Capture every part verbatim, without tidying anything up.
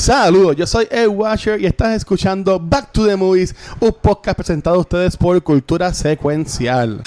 Saludos, yo soy Ed Washer y estás escuchando Back to the Movies, un podcast presentado a ustedes por Cultura Secuencial.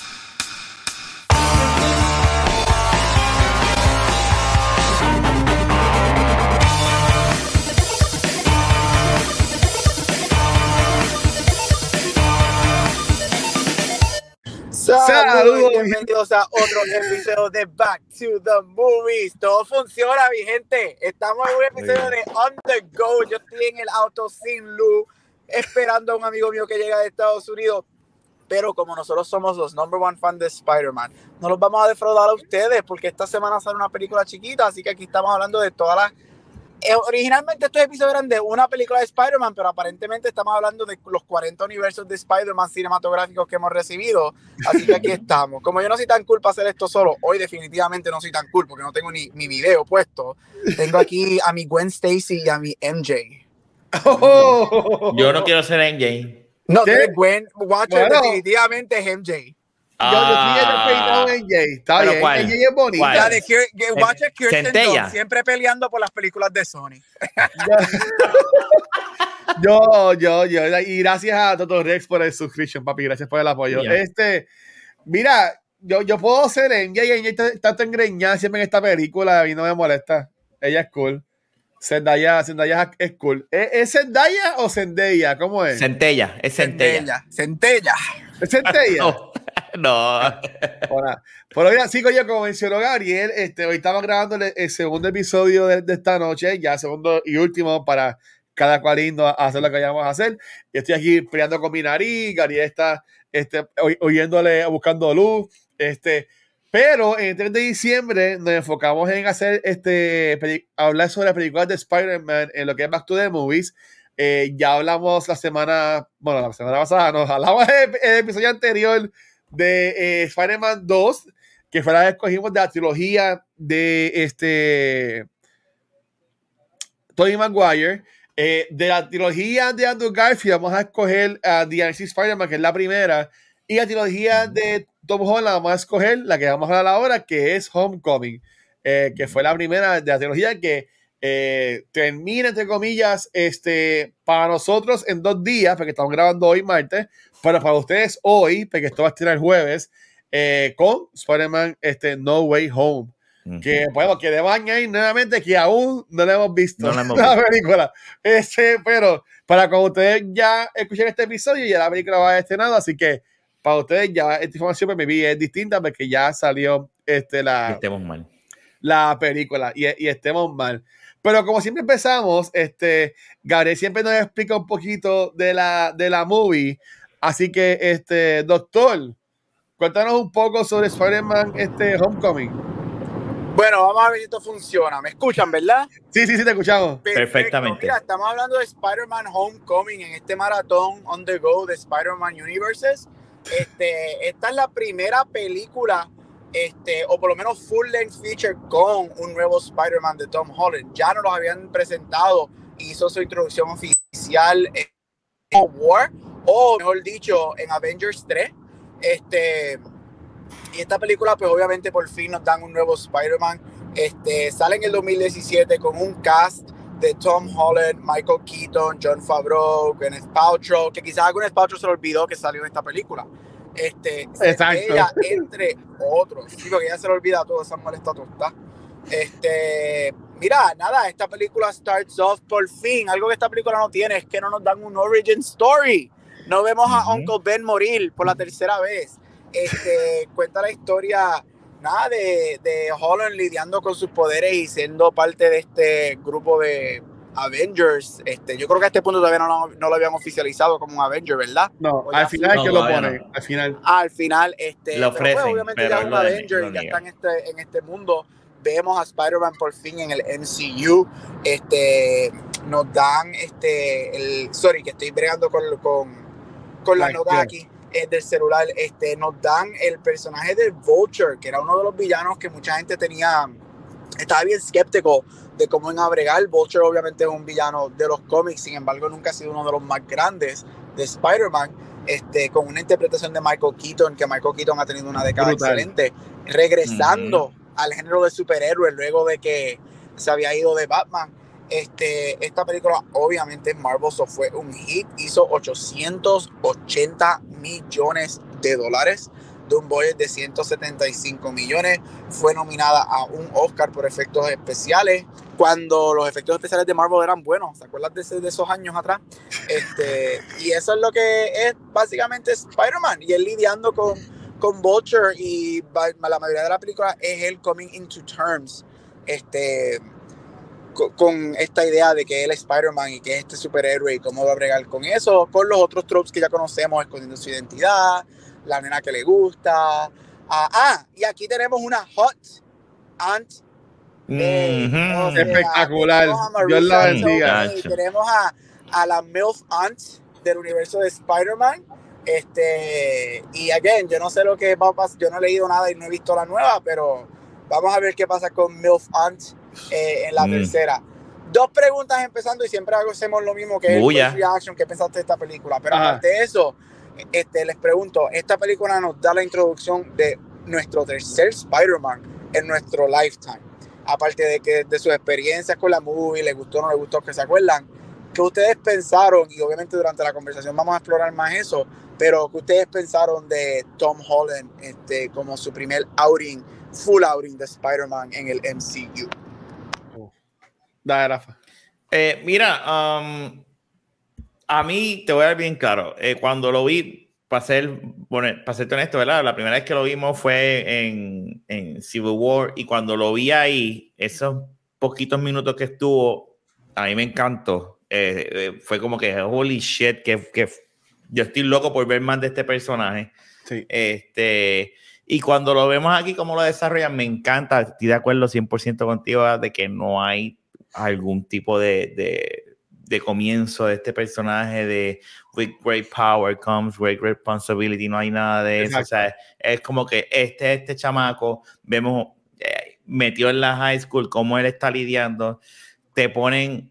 Saludos y bienvenidos a otro episodio de Back to the Movies. Todo funciona, mi gente. Estamos en un episodio de On the Go. Yo estoy en el auto sin luz, esperando a un amigo mío que llega de Estados Unidos. Pero como nosotros somos los number one fans de Spider-Man, no los vamos a defraudar a ustedes porque esta semana sale una película chiquita. Así que aquí estamos hablando de todas las... Eh, originalmente estos episodios eran de una película de Spider-Man, pero aparentemente estamos hablando de los cuarenta universos de Spider-Man cinematográficos que hemos recibido. Así que aquí estamos. Como yo no soy tan cool para hacer esto solo, hoy definitivamente no soy tan cool porque no tengo ni mi video puesto. Tengo aquí a mi Gwen Stacy y a mi M J. Oh. Yo no quiero ser M J. No, Gwen Watcher bueno. Definitivamente es M J. Yo, yo estoy peinado en J. Está ¿Pero bien. cuál? M J es bonita. La de Kier, Watcher Kirsten Centella. Dunst, siempre peleando por las películas de Sony. yo, yo, yo. Y gracias a Toto Rex por el subscription, papi. Gracias por el apoyo. Yeah. Este, mira, yo, yo puedo ser M J y M J está tan engreñada siempre en esta película y no me molesta. Ella es cool. Zendaya, Zendaya es cool. ¿Es, ¿Es Zendaya o Zendaya? ¿Cómo es? Centella, es Centella. Centella. ¿Es Centella? No. No. Hola. Pero mira, sí, coño, como mencionó Gabriel, este, hoy estamos grabando el, el segundo episodio de, de esta noche, ya segundo y último para cada cual irnos a hacer lo que vayamos a hacer. Yo estoy aquí peleando con mi nariz, Gabriel está este, oyéndole, buscando luz, este, pero en el tres de diciembre nos enfocamos en hacer, este, hablar sobre películas de Spider-Man en lo que es Back to the Movies. Eh, ya hablamos la semana, bueno, la semana pasada, nos hablamos en el episodio anterior de eh, Spider-Man dos, que fue la que escogimos de la trilogía de este Tobey Maguire. Eh, de la trilogía de Andrew Garfield vamos a escoger a The Amazing Spider-Man, que es la primera, y la trilogía de Tom Holland vamos a escoger la que vamos a hablar ahora, que es Homecoming, eh, que fue la primera de la trilogía que eh, termina, entre comillas, este, para nosotros en dos días, porque estamos grabando hoy martes, pero para ustedes hoy, porque esto va a estar el jueves, eh, con Spider-Man este, No Way Home. Uh-huh. Que bueno, que debo añadir nuevamente que aún no la hemos visto, no la, hemos la visto. película. Este, pero para cuando ustedes ya escuchen este episodio, ya la película va a estrenado, así que para ustedes ya esta información para mí es distinta porque ya salió este, la, y estemos mal. la película y, y estemos mal. Pero como siempre empezamos, este, Gabriel siempre nos explica un poquito de la, de la movie. Así que, este, doctor, cuéntanos un poco sobre Spider-Man este, Homecoming. Bueno, vamos a ver si esto funciona. ¿Me escuchan, verdad? Sí, sí, sí, te escuchamos. Perfecto. Perfectamente. Mira, estamos hablando de Spider-Man Homecoming en este maratón on the go de Spider-Man Universes. Este, esta es la primera película, este, o por lo menos full length feature con un nuevo Spider-Man de Tom Holland. Ya nos lo habían presentado, hizo su introducción oficial en War, o mejor dicho, en Avengers tres. Este, y esta película, pues obviamente por fin nos dan un nuevo Spider-Man. Este, sale en el dos mil diecisiete con un cast de Tom Holland, Michael Keaton, Jon Favreau, Gwyneth Paltrow, que quizás a Gwyneth Paltrow se le olvidó que salió en esta película. Este, Exacto. Ella, entre otros. Sí, porque ella se le olvida todo, esa mujer está tostada. Este, mira, nada, esta película starts off por fin. Algo que esta película no tiene es que no nos dan un origin story. No vemos a uh-huh. Uncle Ben morir por la tercera vez. Este, cuenta la historia, nada, de, de Holland lidiando con sus poderes y siendo parte de este grupo de Avengers. Este, yo creo que a este punto todavía no, no lo habían oficializado como un Avenger, ¿verdad? No, al final no, que no, lo ponen, no. al final. Al final, este, lo ofrecen, pero pues, obviamente pero ya es un Avenger y ya está en este, en este mundo. Vemos a Spider-Man por fin en el M C U. Este, nos dan este, el, sorry, que estoy bregando con, con, con las notas aquí eh, del celular. Este, nos dan el personaje de Vulture, que era uno de los villanos que mucha gente tenía, estaba bien escéptico de cómo iban a bregar. Vulture obviamente es un villano de los cómics, sin embargo nunca ha sido uno de los más grandes de Spider-Man, este, con una interpretación de Michael Keaton, que Michael Keaton ha tenido una década brutal, excelente, regresando uh-huh. al género de superhéroes luego de que se había ido de Batman. Este, esta película obviamente Marvel so fue un hit, hizo ochocientos ochenta millones de dólares de un budget de ciento setenta y cinco millones. Fue nominada a un Oscar por efectos especiales, cuando los efectos especiales de Marvel eran buenos. ¿Se acuerdan de, ese, de esos años atrás? Este, y eso es lo que es básicamente Spider-Man, y él lidiando con, con Vulture, y la mayoría de la película es él coming into terms este, con, con esta idea de que él es Spider-Man y que es este superhéroe, y cómo va a bregar con eso, con los otros tropes que ya conocemos, escondiendo su identidad, la nena que le gusta. Ah, ah y aquí tenemos una hot aunt. Hey, Mm-hmm. o sea, espectacular. Dios la bendiga. Tomei, tenemos a, a la MILF Aunt del universo de Spider-Man. Este, y again, yo no sé lo que va a pasar. Yo no he leído nada y no he visto la nueva, pero vamos a ver qué pasa con MILF Aunt eh, en la mm. tercera. Dos preguntas empezando, y siempre hacemos lo mismo, que Buya. es el reaction. ¿Qué pensaste de esta película? Pero Ajá. aparte de eso, este, les pregunto, esta película nos da la introducción de nuestro tercer Spider-Man en nuestro lifetime. Aparte de que de sus experiencias con la movie, les gustó o no les gustó, que se acuerdan, ¿qué ustedes pensaron? Y obviamente durante la conversación vamos a explorar más eso, pero ¿qué ustedes pensaron de Tom Holland este, como su primer outing, full outing de Spider-Man en el M C U? Oh. Dale, Rafa. Eh, mira, um, a mí te voy a dar bien claro, eh, cuando lo vi, para ser, bueno, para ser honesto, ¿verdad? La primera vez que lo vimos fue en, en Civil War, y cuando lo vi ahí, esos poquitos minutos que estuvo, a mí me encantó. Eh, eh, fue como que, holy shit, que, que yo estoy loco por ver más de este personaje. Sí. Este, y cuando lo vemos aquí, cómo lo desarrollan, me encanta. Estoy de acuerdo cien por ciento contigo, ¿verdad? De que no hay algún tipo de... de de comienzo de este personaje de with great power comes great responsibility, no hay nada de Exacto. eso, o sea, es, es como que este, este chamaco, vemos eh, metió en la high school, cómo él está lidiando, te ponen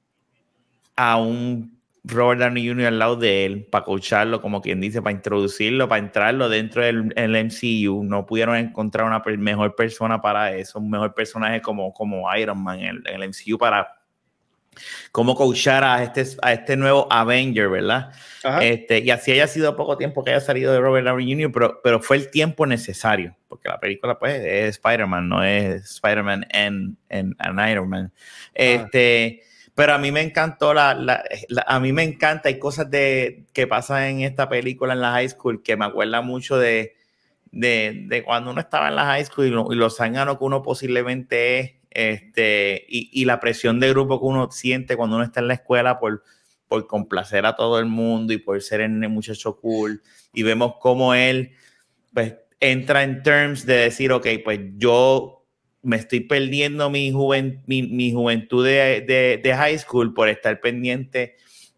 a un Robert Downey junior al lado de él para coacharlo, como quien dice, para introducirlo, para entrarlo dentro del el M C U. No pudieron encontrar una mejor persona para eso, un mejor personaje como, como Iron Man en el, en el M C U para cómo coachar a este, a este nuevo Avenger, ¿verdad? Este, y así haya sido poco tiempo que haya salido de Robert Downey junior, pero, pero fue el tiempo necesario, porque la película pues es Spider-Man, no es Spider-Man and, and, and Iron Man. Este, ah. Pero a mí me encantó, la, la, la, a mí me encanta, hay cosas de, que pasan en esta película en la high school que me acuerda mucho de, de, de cuando uno estaba en la high school y lo, y lo zángano que uno posiblemente es. Este, y, y la presión de grupo que uno siente cuando uno está en la escuela por, por complacer a todo el mundo y por ser el muchacho cool, y vemos cómo él pues entra en terms de decir, ok, pues yo me estoy perdiendo mi, juvent, mi, mi juventud de, de, de high school por estar pendiente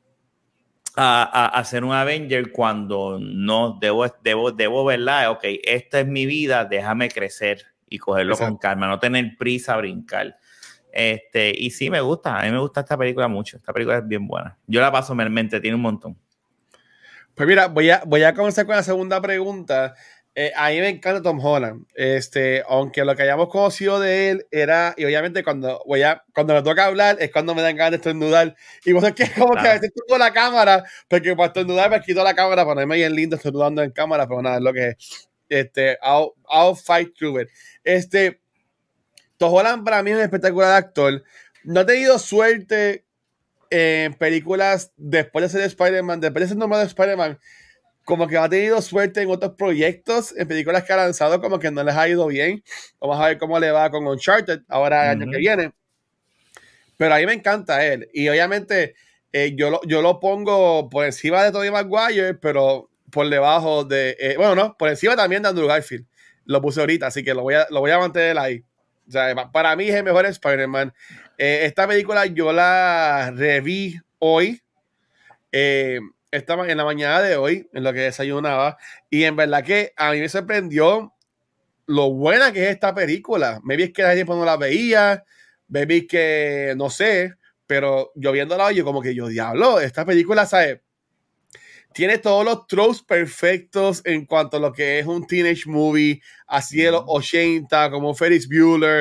a, a, a ser un Avenger cuando no debo, debo, debo, ¿verdad? Ok, esta es mi vida, déjame crecer y cogerlo Exacto. con calma, no tener prisa a brincar. Este, y sí, me gusta, a mí me gusta esta película mucho. Esta película es bien buena. Yo la paso, me, me entretiene un montón. Pues mira, voy a, voy a comenzar con la segunda pregunta. Eh, a mí me encanta Tom Holland. Este, aunque lo que hayamos conocido de él era, y obviamente cuando voy a, cuando le toca hablar es cuando me dan ganas de estornudar. Y vos es que es como claro. que a veces tengo la cámara, porque para estornudar me quito la cámara para ponerme bien lindo estornudando en cámara, pero nada, es lo que es. Este, I'll, I'll fight through it. Este, Tom Holland para mí es un espectacular actor. No he tenido suerte en películas después de ser Spider-Man, después de ser nombrado Spider-Man, como que ha tenido suerte en otros proyectos, en películas que ha lanzado, como que no les ha ido bien. Vamos a ver cómo le va con Uncharted ahora el uh-huh. año que viene. Pero a mí me encanta él. Y obviamente eh, yo, lo, yo lo pongo por encima de Tobey Maguire, pero por debajo de... Eh, bueno, no, por encima también de Andrew Garfield. Lo puse ahorita, así que lo voy a, lo voy a mantener ahí. O sea, para mí es el mejor Spider-Man. Eh, esta película yo la reví hoy. Eh, estaba en la mañana de hoy, en lo que desayunaba. Y en verdad que a mí me sorprendió lo buena que es esta película. Maybe es que hace tiempo no la veía. Maybe que no sé. Pero yo viéndola hoy, yo como que yo, diablo, esta película, ¿sabes? Tiene todos los tropes perfectos en cuanto a lo que es un teenage movie, así de los ochenta, como Ferris Bueller,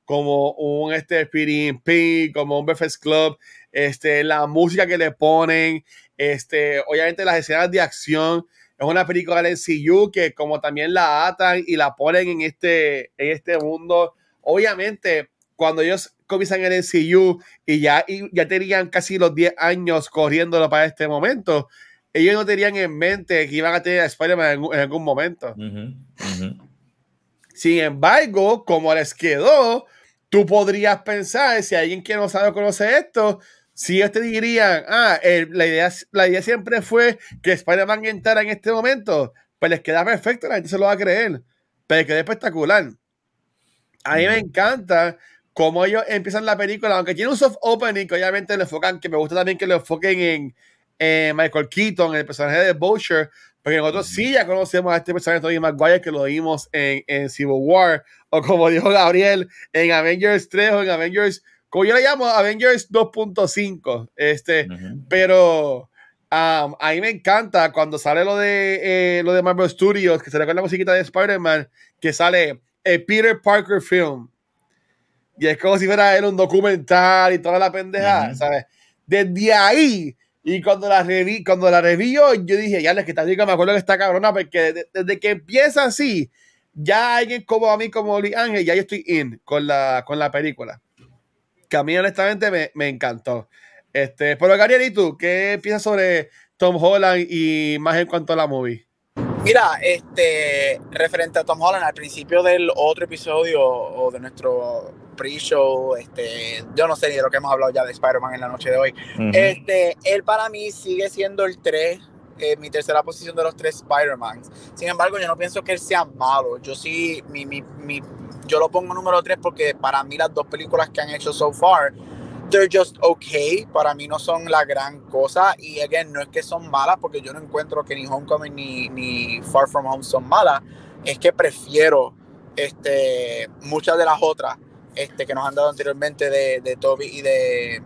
como un este, Pretty in Pink, como un Breakfast Club, este, la música que le ponen, este, obviamente las escenas de acción. Es una película del M C U que como también la atan y la ponen en este, en este mundo. Obviamente, cuando ellos comienzan en el M C U y ya, y ya tenían casi los diez años corriéndolo para este momento, ellos no tenían en mente que iban a tener a Spider-Man en, en algún momento. Uh-huh, uh-huh. Sin embargo, como les quedó, tú podrías pensar, si alguien que no sabe o conoce esto, si ellos te dirían, ah, el, la, idea, la idea siempre fue que Spider-Man entrara en este momento, pues les queda perfecto, la gente se lo va a creer, pero queda espectacular. A mí uh-huh. me encanta cómo ellos empiezan la película, aunque tiene un soft opening que obviamente lo enfocan, que me gusta también que lo enfoquen en eh, Michael Keaton, el personaje de Boucher, porque nosotros uh-huh. sí ya conocemos a este personaje de Tobey Maguire que lo vimos en, en Civil War, o como dijo Gabriel, en Avengers tres o en Avengers, como yo le llamo Avengers dos punto cinco, este, uh-huh. pero um, a mí me encanta cuando sale lo de, eh, lo de Marvel Studios, que sale con la musiquita de Spider-Man, que sale el Peter Parker Film, y es como si fuera él un documental y toda la pendeja, uh-huh. ¿sabes? Desde ahí, y cuando la reví, cuando la reví yo, yo dije, ya, es que está rica, me acuerdo que está cabrona, porque desde, desde que empieza así, ya alguien como a mí, como Lee Ángel, ya yo estoy in con la, con la película. Que a mí honestamente me, me encantó. Este, pero Gabriel, ¿y tú? ¿Qué piensas sobre Tom Holland y más en cuanto a la movie? Mira, este, referente a Tom Holland, al principio del otro episodio o de nuestro pre-show, este, yo no sé ni de lo que hemos hablado ya de Spider-Man en la noche de hoy. Uh-huh. Este, él para mí sigue siendo el tres, eh, mi tercera posición de los tres Spider-Mans. Sin embargo, yo no pienso que él sea malo. Yo sí, mi, mi, mi, yo lo pongo número tres porque para mí las dos películas que han hecho so far, they're just okay. Para mí no son la gran cosa. Y again, no es que son malas, porque yo no encuentro que ni Homecoming ni, ni Far From Home son malas. Es que prefiero este, muchas de las otras este, que nos han dado anteriormente de, de Toby y de,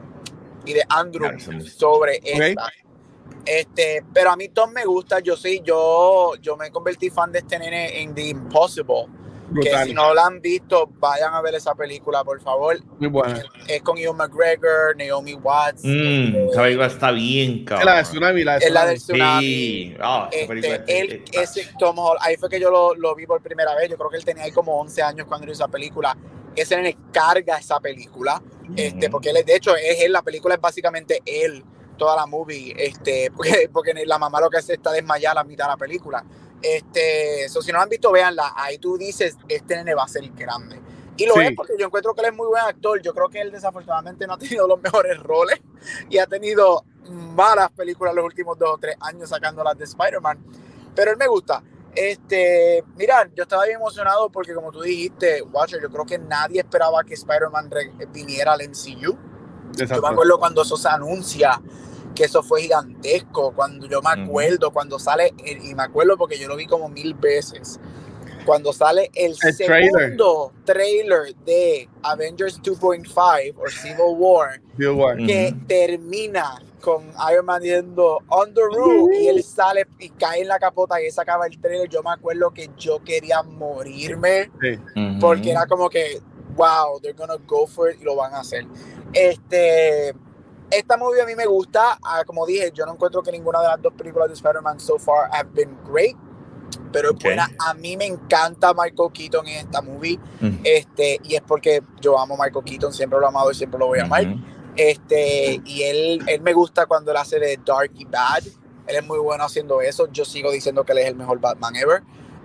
y de Andrew sobre okay. esta. Este, pero a mí Tom me gusta. Yo sí, yo, yo me convertí fan de este nene en The Impossible. Brutal. Que si no la han visto, vayan a ver esa película, por favor. Muy buena. Es, es con Ewan McGregor, Naomi Watts. Mm, eh, esa película está bien, cabrón. Es la de Tsunami, la de Es la del Tsunami. Sí. Oh, este, él, ese, como, ahí fue que yo lo, lo vi por primera vez. Yo creo que él tenía ahí como once años cuando hizo esa película. Ese nene carga esa película. Mm-hmm. Este, porque él, de hecho, es él, la película es básicamente él, toda la movie. Este, porque, porque la mamá lo que hace está desmayada a la mitad de la película. Este, so, si no lo han visto, véanla. Ahí tú dices, este nene va a ser grande. Y lo sí. es porque yo encuentro que él es muy buen actor. Yo creo que él desafortunadamente no ha tenido los mejores roles y ha tenido malas películas los últimos dos o tres años sacándolas de Spider-Man. Pero él me gusta. Este, mira, yo estaba bien emocionado porque como tú dijiste, Watcher, yo creo que nadie esperaba que Spider-Man viniera al M C U. Exacto. Yo me acuerdo cuando eso se anuncia, que eso fue gigantesco, cuando yo me acuerdo, uh-huh. cuando sale, y me acuerdo porque yo lo vi como mil veces, cuando sale el, el segundo trailer. trailer de Avengers dos punto cinco o Civil War, Civil War. que uh-huh. termina con Iron Man diciendo on the roof, uh-huh. y él sale y cae en la capota y él sacaba el trailer. Yo me acuerdo que yo quería morirme, sí. uh-huh. porque era como que, wow, they're gonna go for it y lo van a hacer. Este... Esta movie a mí me gusta, uh, como dije, yo no encuentro que ninguna de las dos películas de Spider-Man so far have been great, pero es okay. buena. A mí me encanta Michael Keaton en esta movie, mm. este, y es porque yo amo a Michael Keaton, siempre lo he amado y siempre lo voy a amar. Mm-hmm. Este, y él, él me gusta cuando él hace de Dark y Bad, él es muy bueno haciendo eso. Yo sigo diciendo que él es el mejor Batman ever.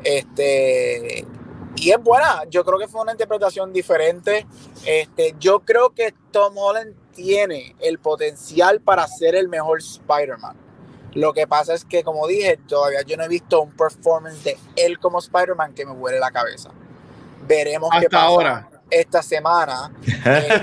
Este, y es buena, yo creo que fue una interpretación diferente. Este, yo creo que Tom Holland tiene el potencial para ser el mejor Spider-Man. Lo que pasa es que, como dije, todavía yo no he visto un performance de él como Spider-Man que me vuele la cabeza. Veremos hasta qué pasa ahora. Esta semana. eh,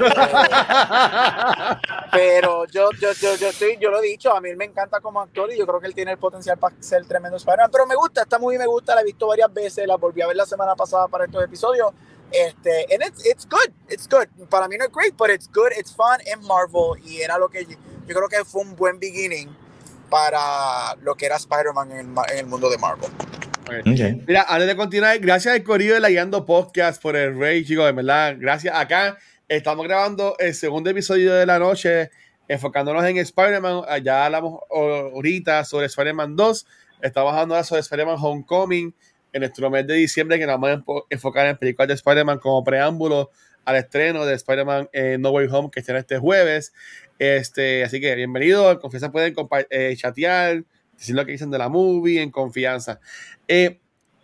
pero yo, yo, yo, yo, sí, yo lo he dicho, a mí me encanta como actor y yo creo que él tiene el potencial para ser tremendo Spider-Man. Pero me gusta, esta movie me gusta, la he visto varias veces, la volví a ver la semana pasada para estos episodios. Este, and it's, it's good, it's good. Para mí no es great, but it's good, it's fun, es Marvel y era lo que yo, yo creo que fue un buen beginning para lo que era Spider-Man en el, en el mundo de Marvel. Okay. Okay. Mira, antes de continuar, gracias al corillo de la Guiando Podcast por el rey, chicos, de verdad, gracias. Acá estamos grabando el segundo episodio de la noche, enfocándonos en Spider-Man. Ya hablamos ahorita sobre Spider-Man dos, estamos hablando sobre Spider-Man Homecoming en nuestro mes de diciembre, que nos vamos a enfocar en películas de Spider-Man como preámbulo al estreno de Spider-Man eh, No Way Home, que estará este jueves. Este, así que bienvenido, en confianza pueden eh, chatear, decir lo que dicen de la movie, en confianza. Eh,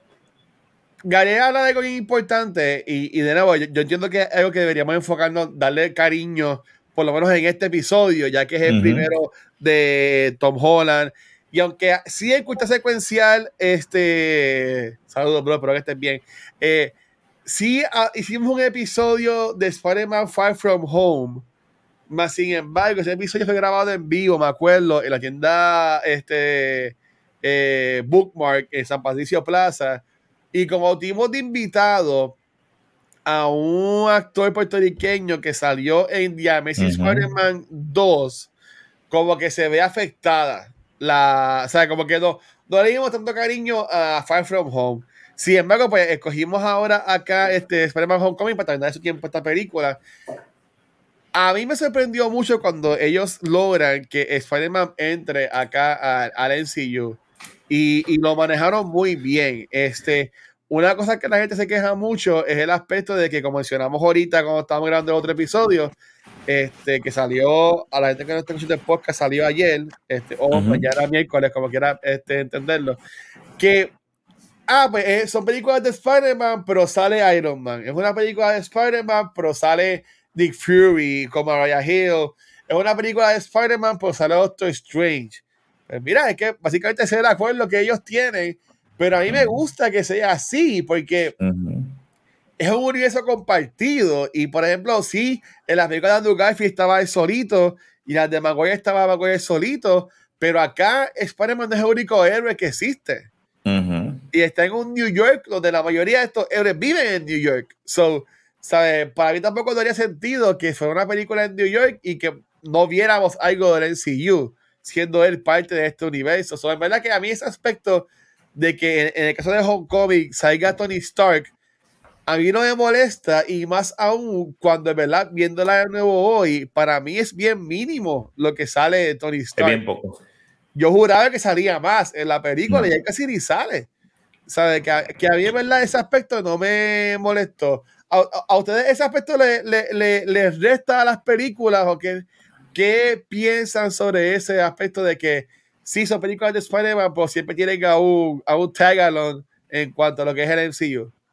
Gary habla de algo bien importante y, y de nuevo, yo, yo entiendo que es algo que deberíamos enfocarnos, darle cariño, por lo menos en este episodio, ya que es el uh-huh. primero de Tom Holland. Y aunque sí hay cultura secuencial, este, saludos, bro, espero que estés bien. Eh, sí uh, hicimos un episodio de Spider-Man Far From Home, más sin embargo, ese episodio fue grabado en vivo, me acuerdo, en la tienda este, eh, Bookmark en San Patricio Plaza. Y como tuvimos de invitado a un actor puertorriqueño que salió en The Amazing uh-huh. Spider-Man dos, como que se ve afectada. La, o sea, como que no, no le dimos tanto cariño a Far From Home. Sin embargo, pues escogimos ahora acá este Spider-Man Homecoming para terminar su tiempo esta película. A mí me sorprendió mucho cuando ellos logran que Spider-Man entre acá al M C U y, y lo manejaron muy bien. Este, una cosa que la gente se queja mucho es el aspecto de que, como mencionamos ahorita cuando estábamos grabando el otro episodio, este, que salió, a la gente que no está escuchando el podcast, salió ayer, este, o uh-huh. ya era miércoles, como quiera este, entenderlo, que ah, pues eh, son películas de Spider-Man, pero sale Iron Man. Es una película de Spider-Man, pero sale Nick Fury, como Mariah Hill. Es una película de Spider-Man, pero sale Doctor Strange. Pues mira, es que básicamente ese es el acuerdo que ellos tienen, pero a mí me gusta que sea así, porque uh-huh. es un universo compartido. Y por ejemplo, sí, en las películas de Andrew Garfield estaba él solito, y las de Maguire estaba Maguire solito, pero acá Spider-Man no es el único héroe que existe. Uh-huh. Y está en un New York donde la mayoría de estos héroes viven en New York. So, ¿sabes? Para mí tampoco no haría sentido que fuera una película en New York y que no viéramos algo del M C U, siendo él parte de este universo. So, en verdad que a mí ese aspecto de que en, en el caso de Homecoming salga Tony Stark, a mí no me molesta, y más aún cuando en verdad viéndola de nuevo hoy, para mí es bien mínimo lo que sale de Tony Stark. Es bien poco. Yo juraba que salía más en la película no. y ahí casi ni sale. ¿Sabe? Que, que a mí, en verdad, ese aspecto no me molestó. ¿A, a, a ustedes ese aspecto les le, le, le resta a las películas? ¿O qué, qué piensan sobre ese aspecto de que sí son películas de Spider-Man, pero siempre tienen a un, a un tag-along en cuanto a lo que es el M C U?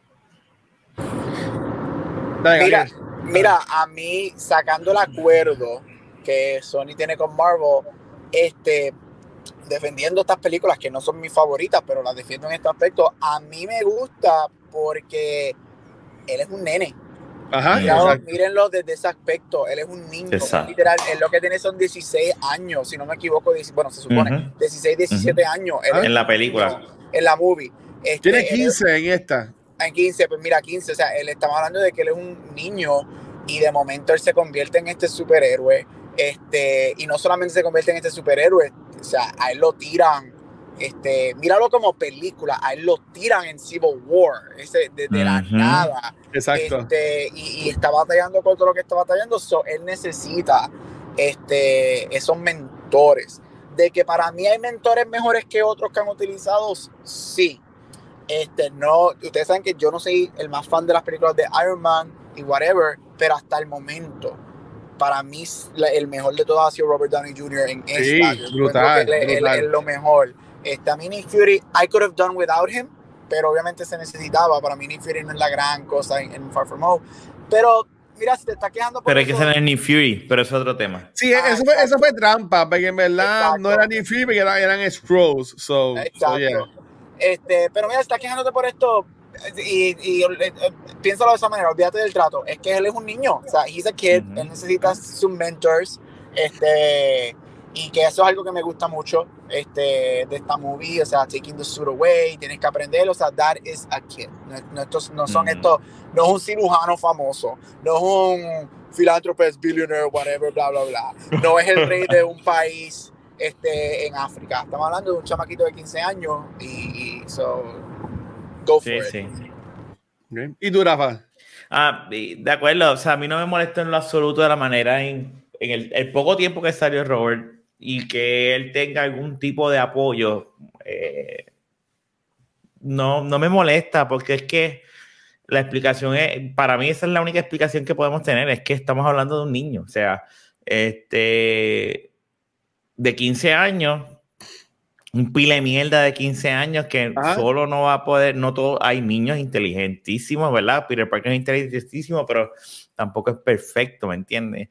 Dale, mira, mira, a mí, sacando el acuerdo que Sony tiene con Marvel, este, defendiendo estas películas que no son mis favoritas, pero las defiendo en este aspecto, a mí me gusta porque él es un nene. Ajá, Mirado, mírenlo desde ese aspecto, él es un niño, literal, él lo que tiene son dieciséis años, si no me equivoco, bueno, se supone, uh-huh. dieciséis, diecisiete uh-huh. años. Él en la película. Niño, en la movie. Este, tiene quince él, en esta. En quince, pues mira, quince, o sea, él estamos hablando de que él es un niño y de momento él se convierte en este superhéroe. Este, y no solamente se convierte en este superhéroe, o sea, a él lo tiran, este, míralo como película, a él lo tiran en Civil War, ese, desde uh-huh. la nada. Exacto. Este, y, y está batallando con todo lo que está batallando, so, él necesita este, esos mentores. De que para mí hay mentores mejores que otros que han utilizado, sí. Este, no, ustedes saben que yo no soy el más fan de las películas de Iron Man y whatever, pero hasta el momento para mí el mejor de todos ha sido Robert Downey junior en sí, esta. brutal, que él, él es lo mejor. Esta Nick Fury, I could have done without him, pero obviamente se necesitaba. Para mí Nick Fury no es la gran cosa en, en Far From Home. Pero mira, si te está quejando por Pero hay eso, que ser Nick Fury, pero es otro tema. Sí, ah, eso, fue, eso fue trampa, porque en verdad exacto. no era Nick Fury, porque eran, eran Scrolls. So, exacto. So, yeah. este, pero mira, si estás quejándote por esto, y, y, y piénsalo de esa manera, olvídate del trato, es que él es un niño, o sea, he's a kid, uh-huh. él necesita sus mentors, este, y que eso es algo que me gusta mucho este, de esta movie, o sea, taking the suit away, tienes que aprender, o sea, that is a kid, no, no, estos, no son uh-huh. estos, no es un cirujano famoso, no es un philanthropist, billionaire, whatever, bla, bla, bla, no es el rey de un país, este, en África. Estamos hablando de un chamaquito de quince años y, y so, go Sí, for sí. it. Okay. ¿Y tú, Rafa? Ah, y de acuerdo, o sea, a mí no me molesta en lo absoluto de la manera en, en el, el poco tiempo que salió Robert y que él tenga algún tipo de apoyo. Eh, no, no me molesta porque es que la explicación es, para mí esa es la única explicación que podemos tener, es que estamos hablando de un niño, o sea, este, de quince años, un pile de mierda de quince años que Ajá. solo no va a poder, no todo, hay niños inteligentísimos, ¿verdad? Peter Parker es inteligentísimo, pero tampoco es perfecto, ¿me entiendes?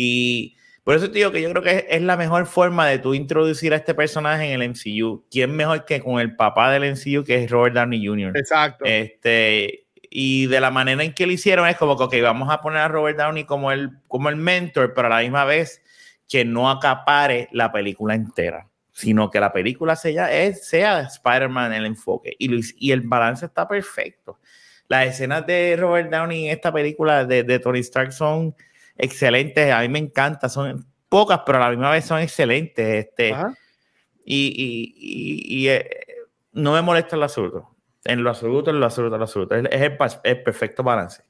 Y por eso te digo que yo creo que es, es la mejor forma de tú introducir a este personaje en el M C U. ¿Quién mejor que con el papá del M C U, que es Robert Downey junior? Exacto. Este, y de la manera en que lo hicieron es como que, ok, vamos a poner a Robert Downey como el, como el mentor, pero a la misma vez que no acapare la película entera, sino que la película sea, es, sea Spider-Man el enfoque. Y, lo, y el balance está perfecto. Las escenas de Robert Downey en esta película de, de Tony Stark son excelentes. A mí me encanta. Son pocas, pero a la misma vez son excelentes. Este, Ajá. y y, y, y eh, no me molesta en lo absoluto. En lo absoluto, en lo absoluto, en lo absoluto. Es, es el, el perfecto balance.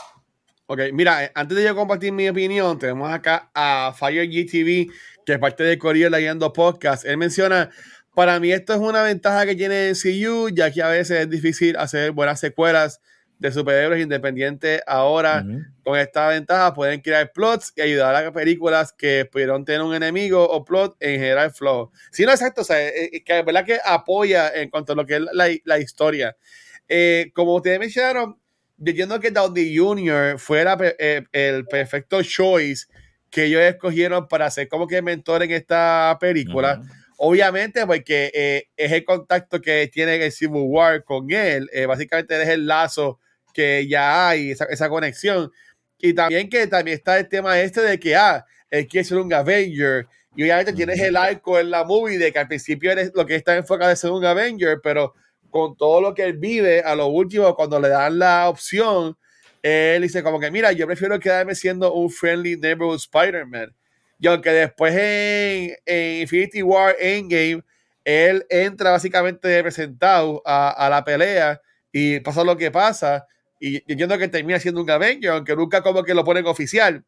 Ok, mira, antes de yo compartir mi opinión, tenemos acá a Fire G T V, que es parte de Corillo Leyendo Podcast. Él menciona, para mí esto es una ventaja que tiene M C U, ya que a veces es difícil hacer buenas secuelas de superhéroes independientes. Ahora, uh-huh. con esta ventaja pueden crear plots y ayudar a películas que pudieron tener un enemigo o plot en general flow. Sí, no, exacto, o sea, es que es verdad que apoya en cuanto a lo que es la, la historia. Eh, como ustedes mencionaron, yo entiendo que Downey junior fuera eh, el perfecto choice que ellos escogieron para ser como que mentor en esta película. Uh-huh. Obviamente, porque eh, es el contacto que tiene el Civil War con él. Eh, básicamente es el lazo que ya hay, esa, esa conexión. Y también que también está el tema este de que, ah, él quiere ser un Avenger. Y obviamente uh-huh. tienes el arco en la movie de que al principio eres lo que está enfocado de ser un Avenger, pero con todo lo que él vive, a lo último, cuando le dan la opción, él dice como que, mira, yo prefiero quedarme siendo un friendly neighborhood Spider-Man. Y aunque después en, en Infinity War Endgame, él entra básicamente representado a, a la pelea y pasa lo que pasa, y yo entiendo que termina siendo un Avenger, aunque nunca como que lo ponen oficial.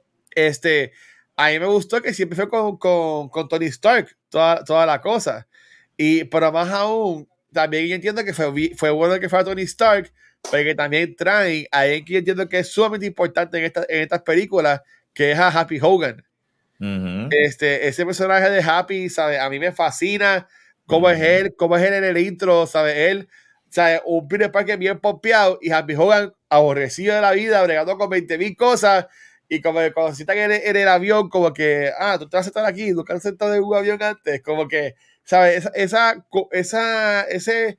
Este, a mí me gustó que siempre fue con, con, con Tony Stark, toda, toda la cosa. Y, pero más aún, también yo entiendo que fue, fue bueno que fuera Tony Stark, porque también traen a alguien que yo entiendo que es sumamente importante en, esta, en estas películas, que es a Happy Hogan. Uh-huh. Este, ese personaje de Happy, ¿sabe? A mí me fascina cómo uh-huh. es él, cómo es él en el intro, ¿sabe? Él, ¿sabe? Un Peter Parker bien pompeado y Happy Hogan aborrecido de la vida, bregando con veinte mil cosas. Y como cuando se están en, en el avión, como que, ah, tú te vas a estar aquí, nunca has sentado en un avión antes, como que, ¿sabes? Esa, esa, esa ese,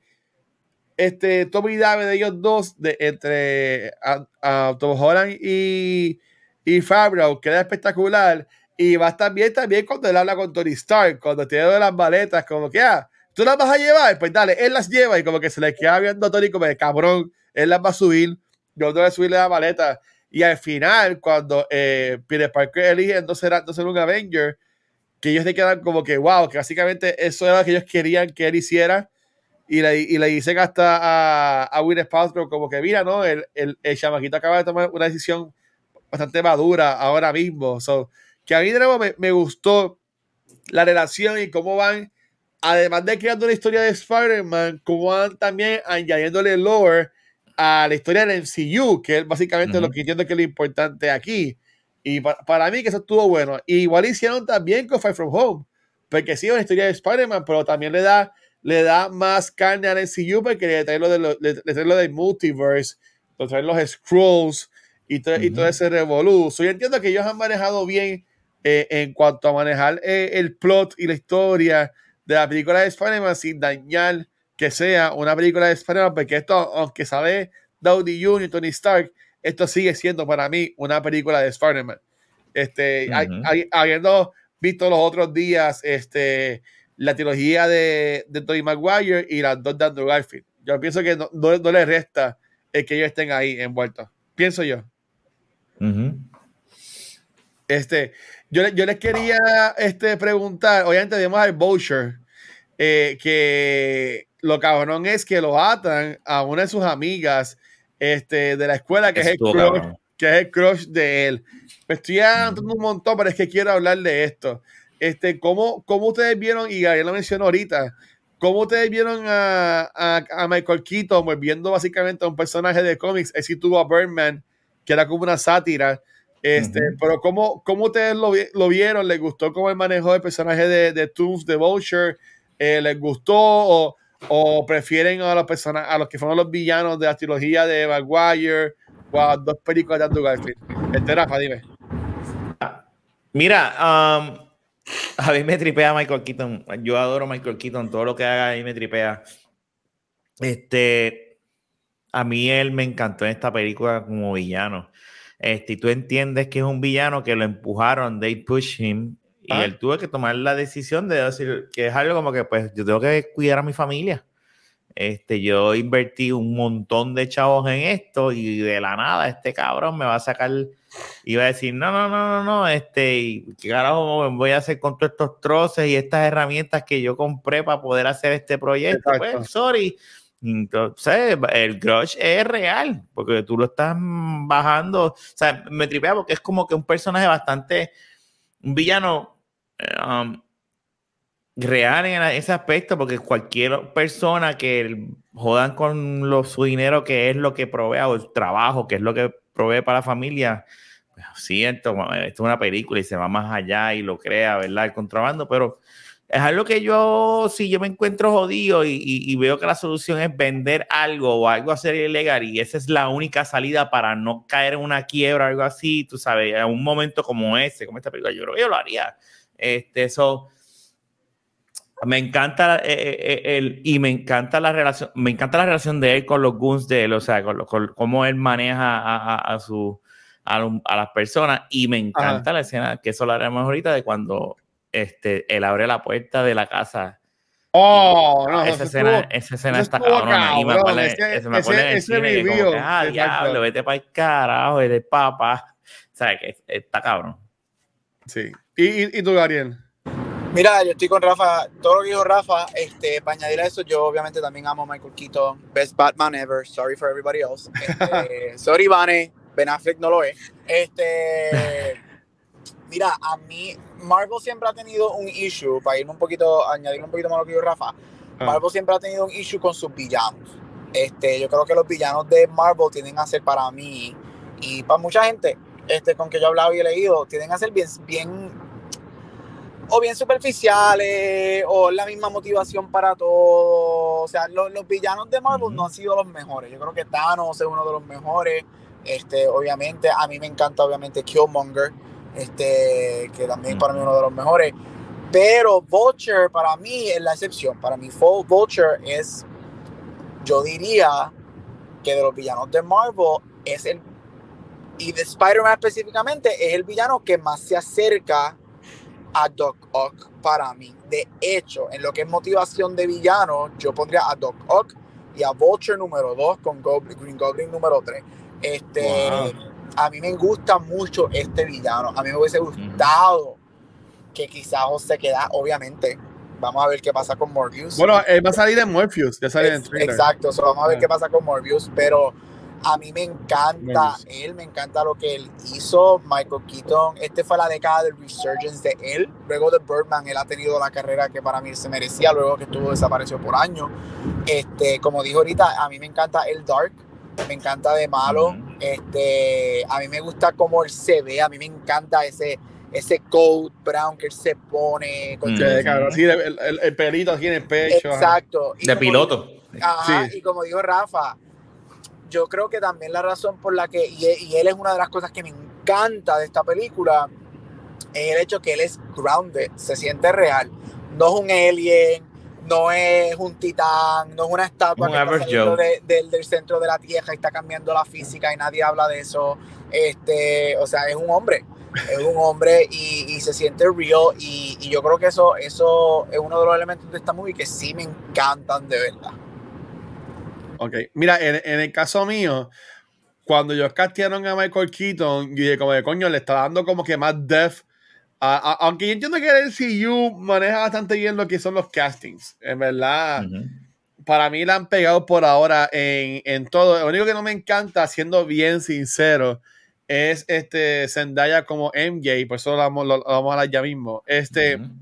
este, Tommy y Dave de ellos dos, de, entre a, a Tom Holland y, y Favreau, queda espectacular. Y va a estar bien también cuando él habla con Tony Stark, cuando tiene de las maletas, como que, ah, tú las vas a llevar, pues dale, él las lleva, y como que se le queda viendo a Tony como de cabrón, él las va a subir, yo no voy a subirle la maleta. Y al final, cuando eh, Peter Parker elige no ser, no ser un Avenger, que ellos se quedan como que, wow, que básicamente eso era lo que ellos querían que él hiciera. Y le, y le dicen hasta a, a Gwyneth Paltrow como que, mira, ¿no? El, el, el chamaquito acaba de tomar una decisión bastante madura ahora mismo. So, que a mí de nuevo me, me gustó la relación y cómo van, además de creando una historia de Spider-Man, cómo van también añadiéndole lore a la historia del M C U, que es básicamente uh-huh. lo que entiendo que es lo importante aquí. Y pa para mí que eso estuvo bueno. Y igual hicieron también con Far From Home, porque sí es una historia de Spider-Man, pero también le da, le da más carne al M C U, porque le trae lo, de lo, le, le trae lo del multiverse, le trae los Skrulls y, uh-huh. y todo ese revolú. So, yo entiendo que ellos han manejado bien eh, en cuanto a manejar eh, el plot y la historia de la película de Spider-Man sin dañar que sea una película de Spider-Man, porque esto, aunque sabe Downey junior y Tony Stark, esto sigue siendo para mí una película de Spider-Man. Este, uh-huh. hay, hay, habiendo visto los otros días este, la trilogía de, de Tobey Maguire y las dos de Andrew Garfield. Yo pienso que no, no, no le resta el que ellos estén ahí envueltos. Pienso yo. Uh-huh. Este, Yo, le- yo les quería este, preguntar, obviamente vemos al Boucher, eh, que lo cabrón es que lo atan a una de sus amigas este, de la escuela, que es, Eso el estuvo crush, cabrón. que es el crush de él. Me estoy adelantando Ujú. un montón, pero es que quiero hablar de esto. Este, ¿cómo, cómo ustedes vieron, y Gabriel lo mencionó ahorita, cómo ustedes vieron a, a, a Michael Keaton volviendo básicamente a un personaje de cómics? Él sí tuvo a Birdman, que era como una sátira. Este, Ujú. pero ¿cómo, cómo ustedes lo, vi- lo vieron? ¿Les gustó cómo él manejó el personaje de, de Tooms, de Vulture? Eh, ¿Les gustó o, o prefieren a los personajes, a los que fueron los villanos de la trilogía de Maguire o a dos películas de Andrew Garfield? Este, Rafa, dime. Mira, um, a mí me tripea Michael Keaton. Yo adoro Michael Keaton. Todo lo que haga a mí me tripea. Este, a mí él me encantó en esta película como villano. Este, y tú entiendes que es un villano que lo empujaron, they push him, y Ajá. él tuvo que tomar la decisión de decir que es algo como que, pues, yo tengo que cuidar a mi familia. Este, yo invertí un montón de chavos en esto y de la nada este cabrón me va a sacar, iba a decir, no, no, no, no, no, este, y ¿qué carajo voy a hacer con todos estos troces y estas herramientas que yo compré para poder hacer este proyecto? Exacto. Pues, sorry. Entonces, el grudge es real, porque tú lo estás bajando, o sea, me tripea porque es como que un personaje bastante, un villano, um, real en ese aspecto, porque cualquier persona que jodan con lo, su dinero, que es lo que provee, o el trabajo, que es lo que provee para la familia, pues, siento, esto es una película y se va más allá y lo crea, ¿verdad? El contrabando, pero es algo que yo, si yo me encuentro jodido y, y, y veo que la solución es vender algo o algo hacer ilegal y esa es la única salida para no caer en una quiebra o algo así, tú sabes, en un momento como ese, como esta película, yo creo que yo lo haría. Este, eso... Me encanta eh, eh, el, y me encanta la relación, me encanta la relación de él con los goons de él, o sea, con, con cómo él maneja a, a, a su a, a, las personas, y me encanta Ajá. la escena, que eso lo haremos ahorita, de cuando este, él abre la puerta de la casa. Oh, y, no, esa, escena, estuvo, esa escena está estuvo cabrona. cabrón. Y me acuerdo, Ese, ese, me acuerdo ese, en el ese cine que como que, ah, exacto. diablo, vete para el carajo, eres papá. O sea, que está cabrón. Sí. ¿Y, y, y tú, Gabriel? Mira, yo estoy con Rafa, todo lo que dijo Rafa, este, para añadir a eso, yo obviamente también amo a Michael Keaton, best Batman ever, sorry for everybody else. Este, sorry, Vane, Ben Affleck no lo es. Este, mira, a mí, Marvel siempre ha tenido un issue, para irme un poquito, añadir un poquito más a lo que dijo Rafa, ah. Marvel siempre ha tenido un issue con sus villanos. Este, yo creo que los villanos de Marvel tienden a ser, para mí, y para mucha gente, este, con que yo he hablado y he leído, tienden a ser bien, bien o bien superficiales, o la misma motivación para todo. O sea, los, los villanos de Marvel uh-huh. no han sido los mejores. Yo creo que Thanos es uno de los mejores. Este, obviamente, a mí me encanta, obviamente, Killmonger, este, que también uh-huh. para mí es uno de los mejores. Pero Vulture, para mí, es la excepción. Para mí, Vulture es, yo diría, que de los villanos de Marvel, es el, y de Spider-Man específicamente, es el villano que más se acerca a Doc Ock para mí. De hecho, en lo que es motivación de villano, yo pondría a Doc Ock y a Vulture número dos con Goblin, Green Goblin número tres. Este, wow. A mí me gusta mucho este villano. A mí me hubiese gustado mm. que quizás se queda, obviamente. Vamos a ver qué pasa con Morbius. Bueno, él va a salir en Morbius. Ya sale es, en el trailer. Exacto, so vamos a ver yeah. qué pasa con Morbius, pero a mí me encanta Morbius. Él, me encanta lo que él hizo. Michael Keaton, este fue la década del resurgence de él. Luego de Birdman, él ha tenido la carrera que para mí se merecía, luego que estuvo desaparecido por años. Este, como dijo ahorita, a mí me encanta el Dark, me encanta de malo. Mm-hmm. Este, a mí me gusta cómo él se ve, a mí me encanta ese, ese coat brown que él se pone. Con mm-hmm. Claro, sí, el, el, el pelito aquí en el pecho. Exacto. Y de piloto. Dijo, ajá, sí. Y como dijo Rafa, yo creo que también la razón por la que, y, y él es una de las cosas que me encanta de esta película, es el hecho que él es grounded, se siente real. No es un alien, no es un titán, no es una estatua un que está saliendo de, de, del centro de la Tierra y está cambiando la física y nadie habla de eso. Este, o sea, es un hombre, es un hombre y, y se siente real y, y yo creo que eso, eso es uno de los elementos de esta movie que sí me encantan de verdad. Ok, mira, en, en el caso mío, cuando ellos castearon a Michael Keaton, y como de coño, le está dando como que más depth A, a, aunque yo entiendo que el M C U maneja bastante bien lo que son los castings. En verdad, uh-huh. para mí la han pegado por ahora en, en todo. Lo único que no me encanta, siendo bien sincero, es este Zendaya como M J. Por eso lo vamos, lo, lo vamos a hablar ya mismo. Este, uh-huh.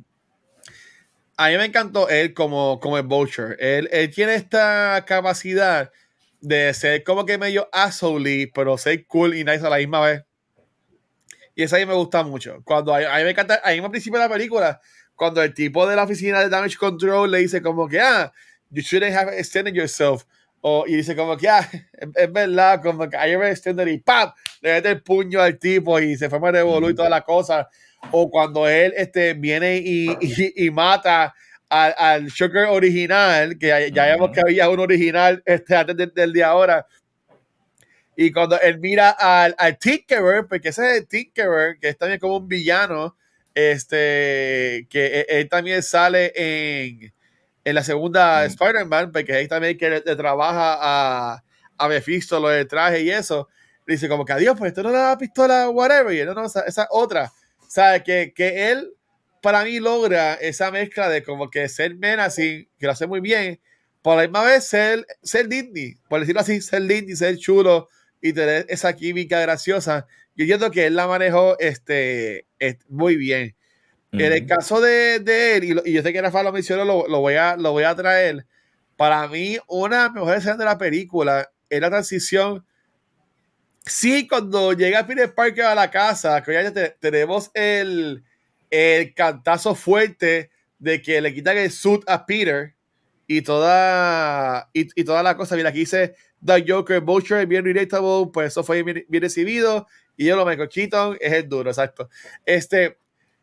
A mí me encantó él como, como el Vulture. Él, él tiene esta capacidad de ser como que medio asshole, pero ser cool y nice a la misma vez. Y eso a mí me gusta mucho. Cuando a, a mí me encanta, a mí al principio de la película, cuando el tipo de la oficina de Damage Control le dice como que, ah, you shouldn't have extended yourself. O, y dice como que, ah, es, es verdad, como que I ever extended y ¡pam! Le mete el puño al tipo y se fue a revolú y toda la cosa. O cuando él este, viene y, y, y mata al, al Shocker original, que ya, ya vemos que había un original este, antes de, del día ahora. Y cuando él mira al, al Tinkerer, porque ese es el Tinkerer, que es también como un villano, este, que él, él también sale en, en la segunda mm. Spider-Man, porque ahí también que le, le trabaja a, a Mephisto lo del traje y eso. Le dice como que adiós, pues esto no es la pistola, whatever, y no, no, esa, esa otra. O sea, que, que él, para mí, logra esa mezcla de como que ser menacing, que lo hace muy bien, por la misma vez ser, ser Disney, por decirlo así, ser Disney, ser chulo, y tener esa química graciosa. Yo entiendo que él la manejó este, este, muy bien. Uh-huh. En el caso de, de él, y, lo, y yo sé que Rafa lo mencionó, lo, lo, voy a, lo voy a traer. Para mí, una de las mejores escenas de la película es la transición. Sí, cuando llega Peter Parker a la casa, que ya te, tenemos el, el cantazo fuerte de que le quitan el suit a Peter y toda, y, y toda la cosa. Mira, aquí dice The Joker, Vulture, bien relatable, pues eso fue bien, bien recibido. Y yo lo Michael Keaton es el duro, exacto. Este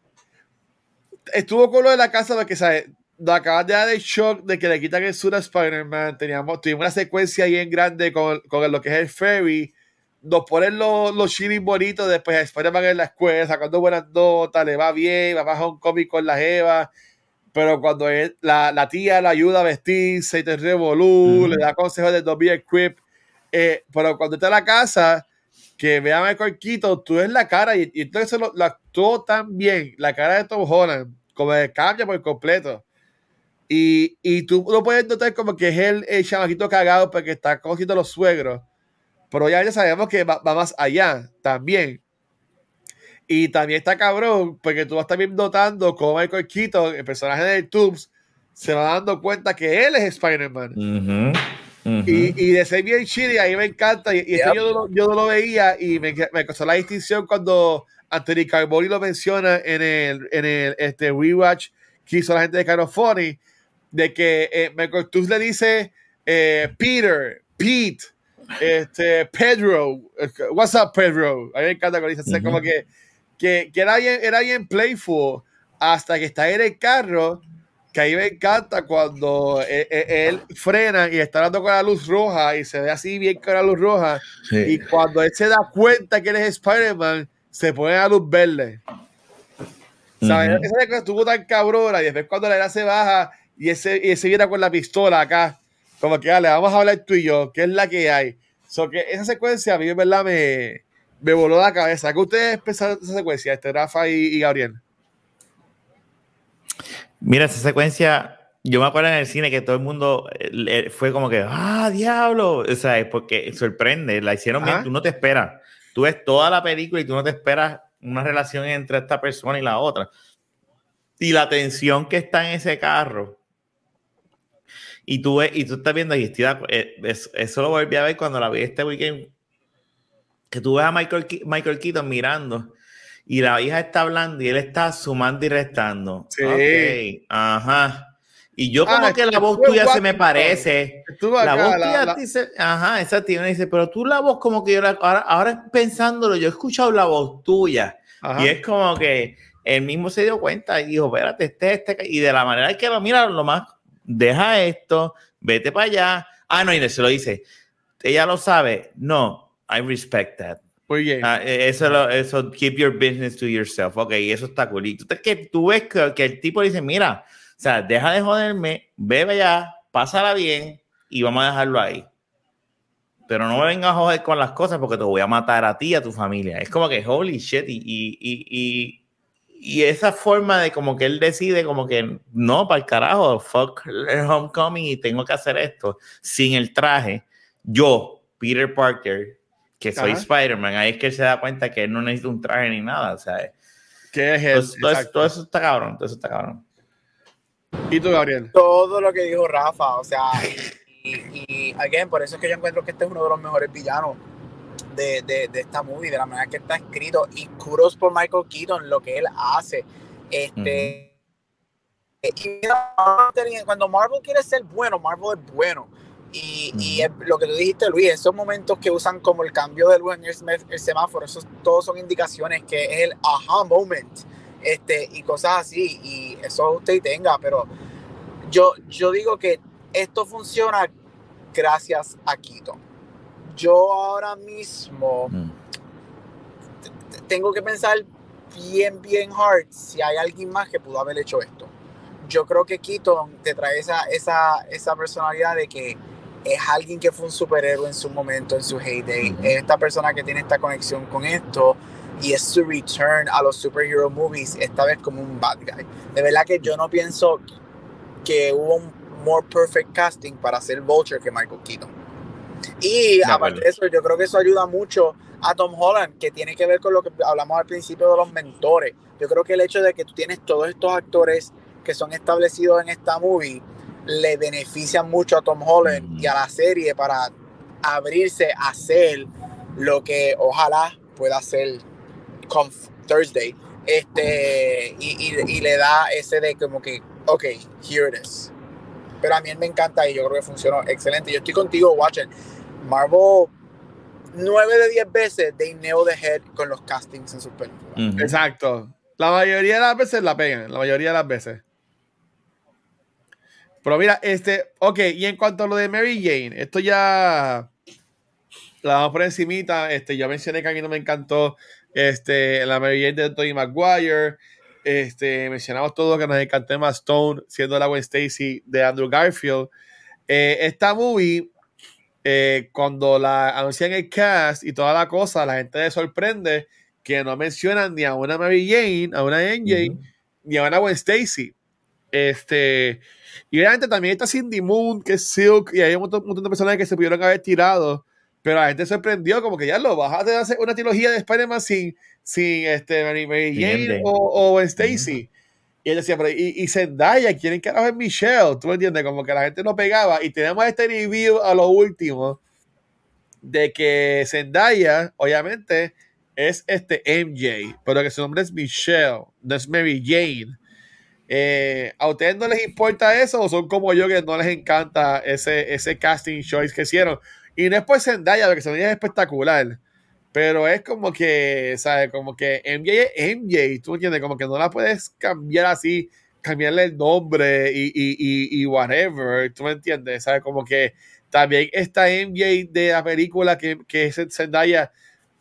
estuvo con lo de la casa porque, ¿sabes? Acabas de dar el shock de que le quitan el suit a Spider-Man. Teníamos, tuvimos una secuencia bien grande con, con lo que es el ferry. Nos ponen los, los chilling bonitos. Después Spider-Man en la escuela, sacando buenas notas, le va bien, va a bajar un cómic con la jeva. Pero cuando él, la, la tía le ayuda a vestirse y te revolú, uh-huh. le da consejos de no be equipped. Eh, pero cuando está en la casa, que vea a Michael Keaton, tú ves la cara y, y entonces lo, lo actuó tan bien, la cara de Tom Holland, como de cambia por completo. Y, y tú lo puedes notar como que es el, el chamaquito cagado porque está cogiendo los suegros. Pero ya, ya sabemos que va, va más allá también. Y también está cabrón, porque tú vas también notando cómo Michael Keaton, el personaje de Tubes, se va dando cuenta que él es Spider-Man. Uh-huh, uh-huh. Y, y de ser bien chile, a mí me encanta. Y, y yep. esto yo no, yo no lo veía y me, me causó la distinción cuando Anthony Carboni lo menciona en el, en el este, rewatch que hizo la gente de Kind of Funny, de que eh, Michael Tubes le dice eh, Peter, Pete, este, Pedro, what's up, Pedro? A mí me encanta cuando dice uh-huh. como que Que, que era, bien, era bien playful hasta que está en el carro, que ahí me encanta cuando él, él frena y está dando con la luz roja y se ve así bien con la luz roja sí. y cuando él se da cuenta que él es Spider-Man se pone la luz verde. Uh-huh. ¿Sabes? Esa cosa estuvo tan cabrona y después cuando la era se baja y ese, y ese viene con la pistola acá como que dale, vamos a hablar tú y yo, ¿qué es la que hay? So que esa secuencia a mí en verdad me Me voló la cabeza. ¿Qué ustedes pensaron de esa secuencia, este, Rafa y, y Gabriel? Mira, esa secuencia, yo me acuerdo en el cine que todo el mundo eh, fue como que, ¡ah, diablo! O sea, es porque sorprende, la hicieron bien, tú no te esperas. Tú ves toda la película y tú no te esperas una relación entre esta persona y la otra. Y la tensión que está en ese carro. Y tú, ves, y tú estás viendo, y estoy, eh, eso, eso lo volví a ver cuando la vi este weekend, que tú ves a Michael, Michael Keaton mirando y la hija está hablando y él está sumando y restando. Sí. Okay, ajá. Y yo como ah, que la voz tuya se me parece. La acá, voz tuya la, dice, ajá, esa tía me dice, pero tú la voz como que yo la, ahora, ahora pensándolo, yo he escuchado la voz tuya. Ajá. Y es como que él mismo se dio cuenta y dijo, espérate, este, este, y de la manera que lo mira, lo más, deja esto, vete para allá. Ah, no, y se lo dice. Ella lo sabe. No. I respect that. Muy bien. Uh, eso, eso, keep your business to yourself. Ok, eso está cool. Y tú, que, tú ves que, que el tipo dice, mira, o sea, deja de joderme, bebe ya, pásala bien y vamos a dejarlo ahí. Pero no me vengas a joder con las cosas porque te voy a matar a ti y a tu familia. Es como que holy shit. Y, y, y, y, y esa forma de como que él decide como que no, para el carajo, fuck el Homecoming y tengo que hacer esto sin el traje. Yo, Peter Parker, que soy Spider-Man, ahí es que él se da cuenta que él no necesita un traje ni nada, o sea, ¿qué es él? Todo, todo, eso, todo eso está cabrón, todo eso está cabrón. ¿Y tú, Gabriel? Todo lo que dijo Rafa, o sea, y, y, y again, por eso es que yo encuentro que este es uno de los mejores villanos de, de, de esta movie, de la manera que está escrito, y kudos por Michael Keaton, lo que él hace. Este, uh-huh. Y cuando Marvel quiere ser bueno, Marvel es bueno. Y, uh-huh. y es, lo que tú dijiste, Luis, esos momentos que usan como el cambio de luz en el, el semáforo, esos todos son indicaciones que es el aha moment, este, y cosas así, y eso usted tenga, pero yo, yo digo que esto funciona gracias a Keaton. Yo ahora mismo mm. t- tengo que pensar bien, bien hard si hay alguien más que pudo haber hecho esto. Yo creo que Keaton te trae esa, esa, esa personalidad de que es alguien que fue un superhéroe en su momento, en su heyday. Mm-hmm. Es esta persona que tiene esta conexión con esto y es su return a los superhero movies, esta vez como un bad guy. De verdad que yo no pienso que hubo un more perfect casting para hacer Vulture que Michael Keaton. Y de aparte de eso, yo creo que eso ayuda mucho a Tom Holland, que tiene que ver con lo que hablamos al principio de los mentores. Yo creo que el hecho de que tú tienes todos estos actores que son establecidos en esta movie le benefician mucho a Tom Holland mm-hmm. y a la serie para abrirse a hacer lo que ojalá pueda hacer con Thursday. Este, y, y, y le da ese de como que, ok, here it is. Pero a mí me encanta y yo creo que funcionó excelente. Yo estoy contigo, Watcher. Marvel, nueve de diez veces, they nail the head con los castings en sus películas. Uh-huh. Exacto. La mayoría de las veces la pegan, la mayoría de las veces. Pero mira, este, ok, y en cuanto a lo de Mary Jane, esto ya la vamos por encimita. Este, yo mencioné que a mí no me encantó este, la Mary Jane de Tobey Maguire. Este, mencionamos todo que nos encantó Emma Stone siendo la Gwen Stacy de Andrew Garfield. Eh, esta movie, eh, cuando la anuncian el cast y toda la cosa, la gente le sorprende que no mencionan ni a una Mary Jane, a una M J, uh-huh. ni a una Gwen Stacy. Este, y obviamente también está Cindy Moon, que es Silk, y hay un montón, un montón de personajes que se pudieron haber tirado, pero la gente sorprendió, como que ya lo vas a hacer una trilogía de Spider-Man sin sin este Mary, Mary Jane o, o Stacy. Uh-huh. Y él decía, pero y, y Zendaya, ¿quieren carajo es Michelle? ¿Tú me entiendes? Como que la gente no pegaba. Y tenemos este review a lo último de que Zendaya, obviamente, es este M J, pero que su nombre es Michelle, no es Mary Jane. Eh, ¿A ustedes no les importa eso o son como yo que no les encanta ese, ese casting choice que hicieron? Y no es por Zendaya, porque Zendaya es espectacular. Pero es como que, ¿sabes? Como que M J es M J, ¿tú entiendes? Como que no la puedes cambiar así, cambiarle el nombre y, y, y, y whatever, ¿tú me entiendes? ¿Sabes? Como que también esta M J de la película que, que es Zendaya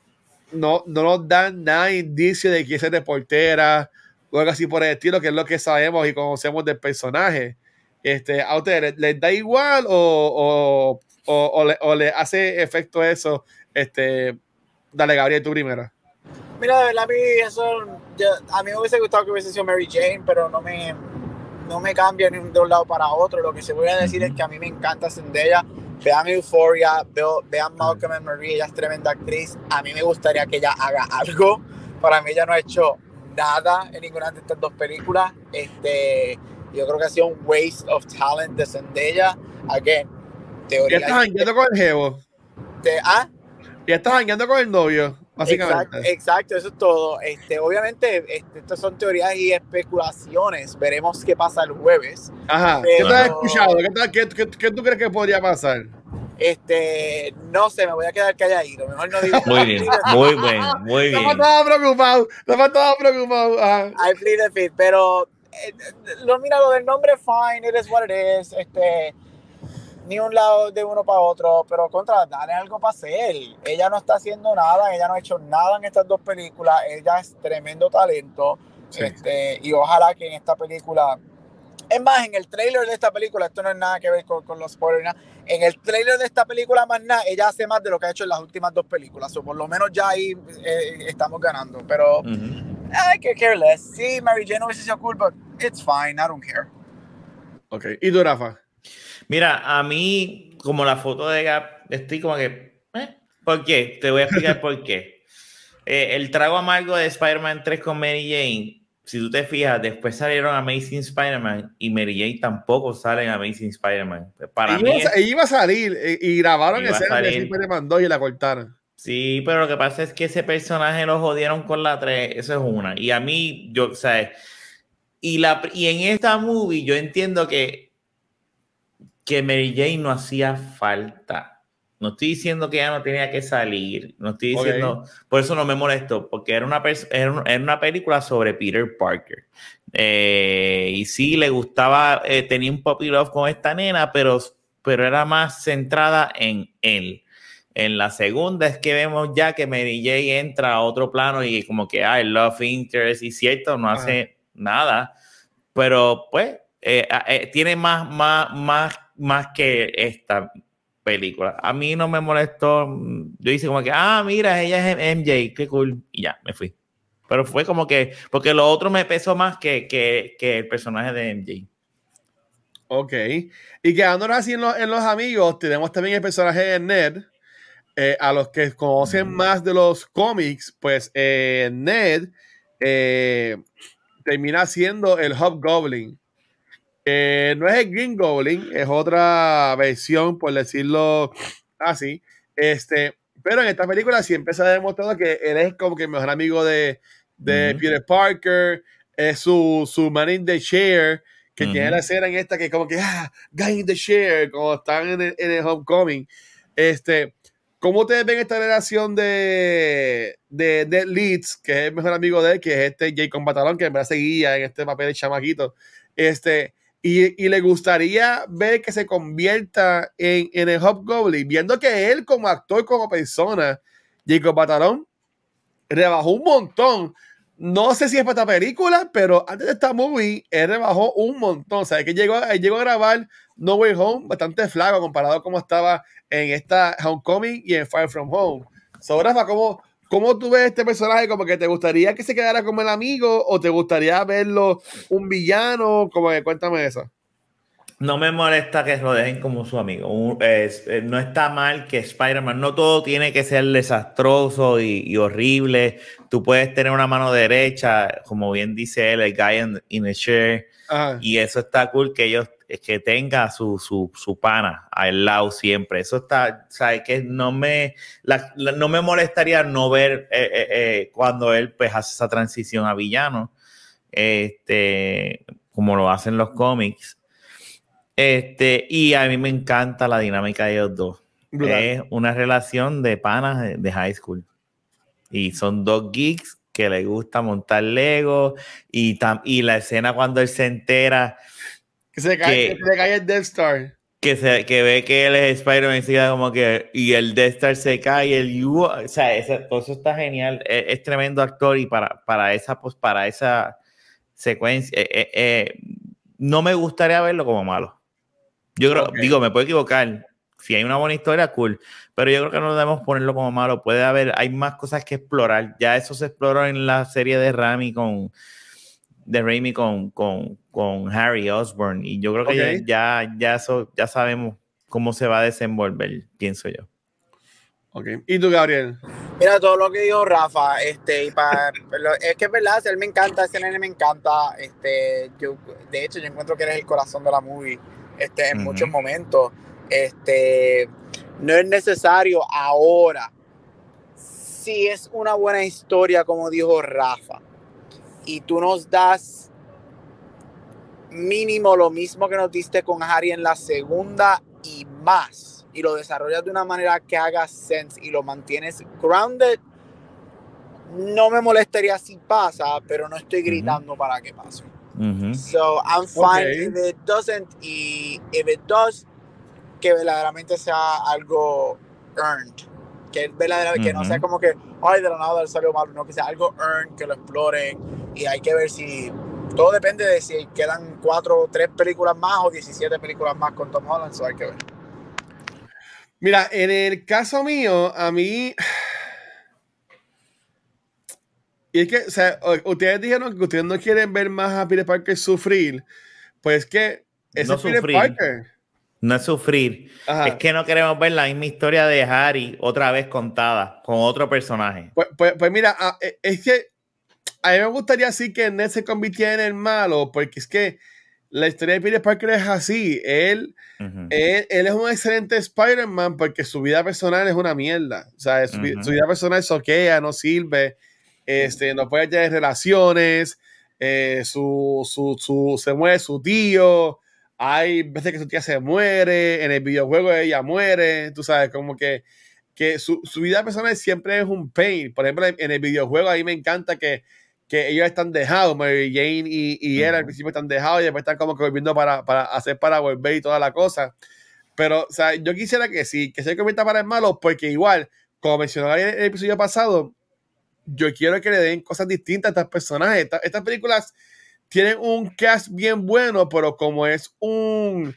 no, no nos dan nada de indicio de que es reportera o algo así por el estilo, que es lo que sabemos y conocemos del personaje. Este, ¿a ustedes les, les da igual o, o, o, o, le, o le hace efecto eso? Este... Dale, Gabriel, tú primero. Mira, de verdad, a mí eso, yo, a mí me hubiese gustado que hubiese sido Mary Jane, pero no me, no me cambia ni de un lado para otro. Lo que se voy a decir uh-huh. es que a mí me encanta Zendaya. Vean Euphoria, veo, vean Malcolm and Marie, ella es tremenda actriz. A mí me gustaría que ella haga algo. Para mí ella no ha hecho nada en ninguna de estas dos películas. Este, yo creo que ha sido un waste of talent de Zendaya. Again, teoría. ¿Ya estás jangueando con el jevo? Te, ¿Ah? Ya estás jangueando con el novio, básicamente. Exacto, exacto, eso es todo. Este, obviamente, este, estas son teorías y especulaciones. Veremos qué pasa el jueves. Ajá. Pero, ¿qué te has escuchado? ¿Qué, qué, qué, ¿Qué tú crees que podría pasar? Este, no sé, me voy a quedar calladito. Mejor no digo. Muy bien, muy bien, muy bien. No estaba preocupado, no estaba preocupado. Ajá. I plead the fifth, pero eh, lo mira, lo del nombre, fine, it is what it is. Este. Ni un lado de uno para otro, pero contra, dale algo para hacer. Ella no está haciendo nada, ella no ha hecho nada en estas dos películas, ella es tremendo talento, sí. este, y ojalá que en esta película, es más, en el trailer de esta película, esto no es nada que ver con, con los spoilers, nada. En el trailer de esta película más nada, ella hace más de lo que ha hecho en las últimas dos películas, o por lo menos ya ahí eh, estamos ganando, pero uh-huh. I could care less. Sí, Mary Jane hubiese sido cool, but it's fine. I don't care. Ok. ¿Y tú, Rafa? Mira, a mí, como la foto de Gap, estoy como que, ¿eh? ¿Por qué? Te voy a explicar por qué. Eh, el trago amargo de Spider-Man tres con Mary Jane, si tú te fijas, después salieron Amazing Spider-Man y Mary Jane tampoco sale en Amazing Spider-Man. Para ella, mí iba, es, ella iba a salir eh, y grabaron iba a escenas de salir. Spider-Man dos y la cortaron. Sí, pero lo que pasa es que ese personaje lo jodieron con la tres, eso es una. Y a mí, yo, o sea, y, la, y en esta movie yo entiendo que, que Mary Jane no hacía falta. No estoy diciendo que ella no tenía que salir, no estoy diciendo, okay. Por eso no me molesto, porque era una, era una, era una película sobre Peter Parker. Eh, y sí, le gustaba, eh, tenía un puppy love con esta nena, pero, pero era más centrada en él. En la segunda es que vemos ya que Mary Jane entra a otro plano y como que hay ah, love interest y cierto, no hace Ajá. nada, pero pues eh, eh, tiene más, más, más, más que esta película. A mí no me molestó, yo hice como que, ah, mira, ella es M J, qué cool, y ya, me fui. Pero fue como que, porque lo otro me pesó más que, que, que el personaje de M J. Ok, y quedándonos así en los, en los amigos, tenemos también el personaje de Ned. Eh, a los que conocen mm. más de los cómics, pues eh, Ned eh, termina siendo el Hobgoblin. Eh, no es el Green Goblin, es otra versión, por decirlo así. Este, pero en esta película siempre se ha demostrado que él es como que el mejor amigo de, de mm-hmm. Peter Parker, es su, su man in the chair, que mm-hmm. tiene la escena en esta que como que, ah, guy in the chair, como están en el, en el Homecoming. Este, ¿cómo ustedes ven esta relación de, de, de Leeds, que es el mejor amigo de él, que es este Jacob Batalón, que me seguía en este papel de chamaquito? Este, y, y le gustaría ver que se convierta en, en el Hobgoblin, viendo que él como actor, como persona, Jacob Batalón, rebajó un montón. No sé si es para esta película, pero antes de esta movie, él rebajó un montón. O sea, que llegó, él llegó a grabar No Way Home bastante flaco comparado a cómo estaba en esta Homecoming y en Far From Home. So, Rafa, ¿cómo, ¿cómo tú ves este personaje? ¿Como que te gustaría que se quedara como el amigo o te gustaría verlo un villano? Como que cuéntame eso. No me molesta que lo dejen como su amigo. Un, es, no está mal que Spider-Man, no todo tiene que ser desastroso y, y horrible. Tú puedes tener una mano derecha, como bien dice él, el guy in, in the chair. Ajá. Y eso está cool que ellos que tenga su, su, su pana al lado siempre. Eso está, ¿sabes? Que no me, la, la, no me molestaría no ver eh, eh, eh, cuando él pues hace esa transición a villano, este, como lo hacen los cómics. Este, y a mí me encanta la dinámica de ellos dos. Brutal. Es una relación de panas de, de high school. Y son dos geeks que les gusta montar Lego. Y, tam, y la escena cuando él se entera que se cae, que, que se cae el Death Star. Que, se, que ve que él es Spider-Man y se queda como que. Y el Death Star se cae. Y el U, o sea, esa, todo eso está genial. Es, es tremendo actor. Y para, para, esa, pues, para esa secuencia, eh, eh, eh, no me gustaría verlo como malo. Yo creo, okay. digo, me puedo equivocar. Si hay una buena historia, cool. Pero yo creo que no debemos ponerlo como malo. Puede haber, hay más cosas que explorar. Ya eso se exploró en la serie de Raimi con, de Raimi con, con, con Harry Osborn. Y yo creo que okay. ya, ya, ya, eso, ya sabemos cómo se va a desenvolver, pienso yo. Okay. ¿Y tú, Gabriel? Mira, todo lo que dijo Rafa, este, y para, es que es verdad, él me encanta, ese nene me encanta. Este, yo, de hecho, yo encuentro que eres el corazón de la movie. Este, en uh-huh. muchos momentos, este, no es necesario ahora. Si es una buena historia, como dijo Rafa, y tú nos das mínimo lo mismo que nos diste con Harry en la segunda y más, y lo desarrollas de una manera que haga sense y lo mantienes grounded, no me molestaría si pasa, pero no estoy gritando uh-huh. para que pase. Mm-hmm. So I'm fine okay. if it doesn't, y if it does, que verdaderamente sea algo earned, que verdaderamente mm-hmm. que no sea como que ay de la nada salió mal, no, que sea algo earned, que lo exploren, y hay que ver si todo depende de si quedan cuatro, tres películas más o diecisiete películas más con Tom Holland, so hay que ver. Mira, en el caso mío, a mí Y es que, o sea, ustedes dijeron que ustedes no quieren ver más a Peter Parker sufrir, pues que ese No es Peter sufrir. Parker. No es sufrir. Ajá. Es que no queremos ver la misma historia de Harry otra vez contada con otro personaje. Pues, pues, pues mira, es que a mí me gustaría así que Ned se convirtiera en el malo, porque es que la historia de Peter Parker es así. Él, uh-huh. él, él es un excelente Spider-Man porque su vida personal es una mierda. O sea, su, uh-huh. su vida personal soquea, no sirve, este, no puede tener relaciones, eh, su, su, su, se muere su tío, hay veces que su tía se muere, en el videojuego ella muere, tú sabes, como que, que su, su vida personal siempre es un pain. Por ejemplo, en el videojuego a mí me encanta que que ellos están dejados, Mary Jane y, y él uh-huh. al principio están dejados y después están como que volviendo para, para hacer para volver y toda la cosa. Pero, o sea, yo quisiera que sí, que se convierta para el malo, porque igual, como mencionaba en el episodio pasado, yo quiero que le den cosas distintas a estos personajes. Esta, estas películas tienen un cast bien bueno, pero como es un...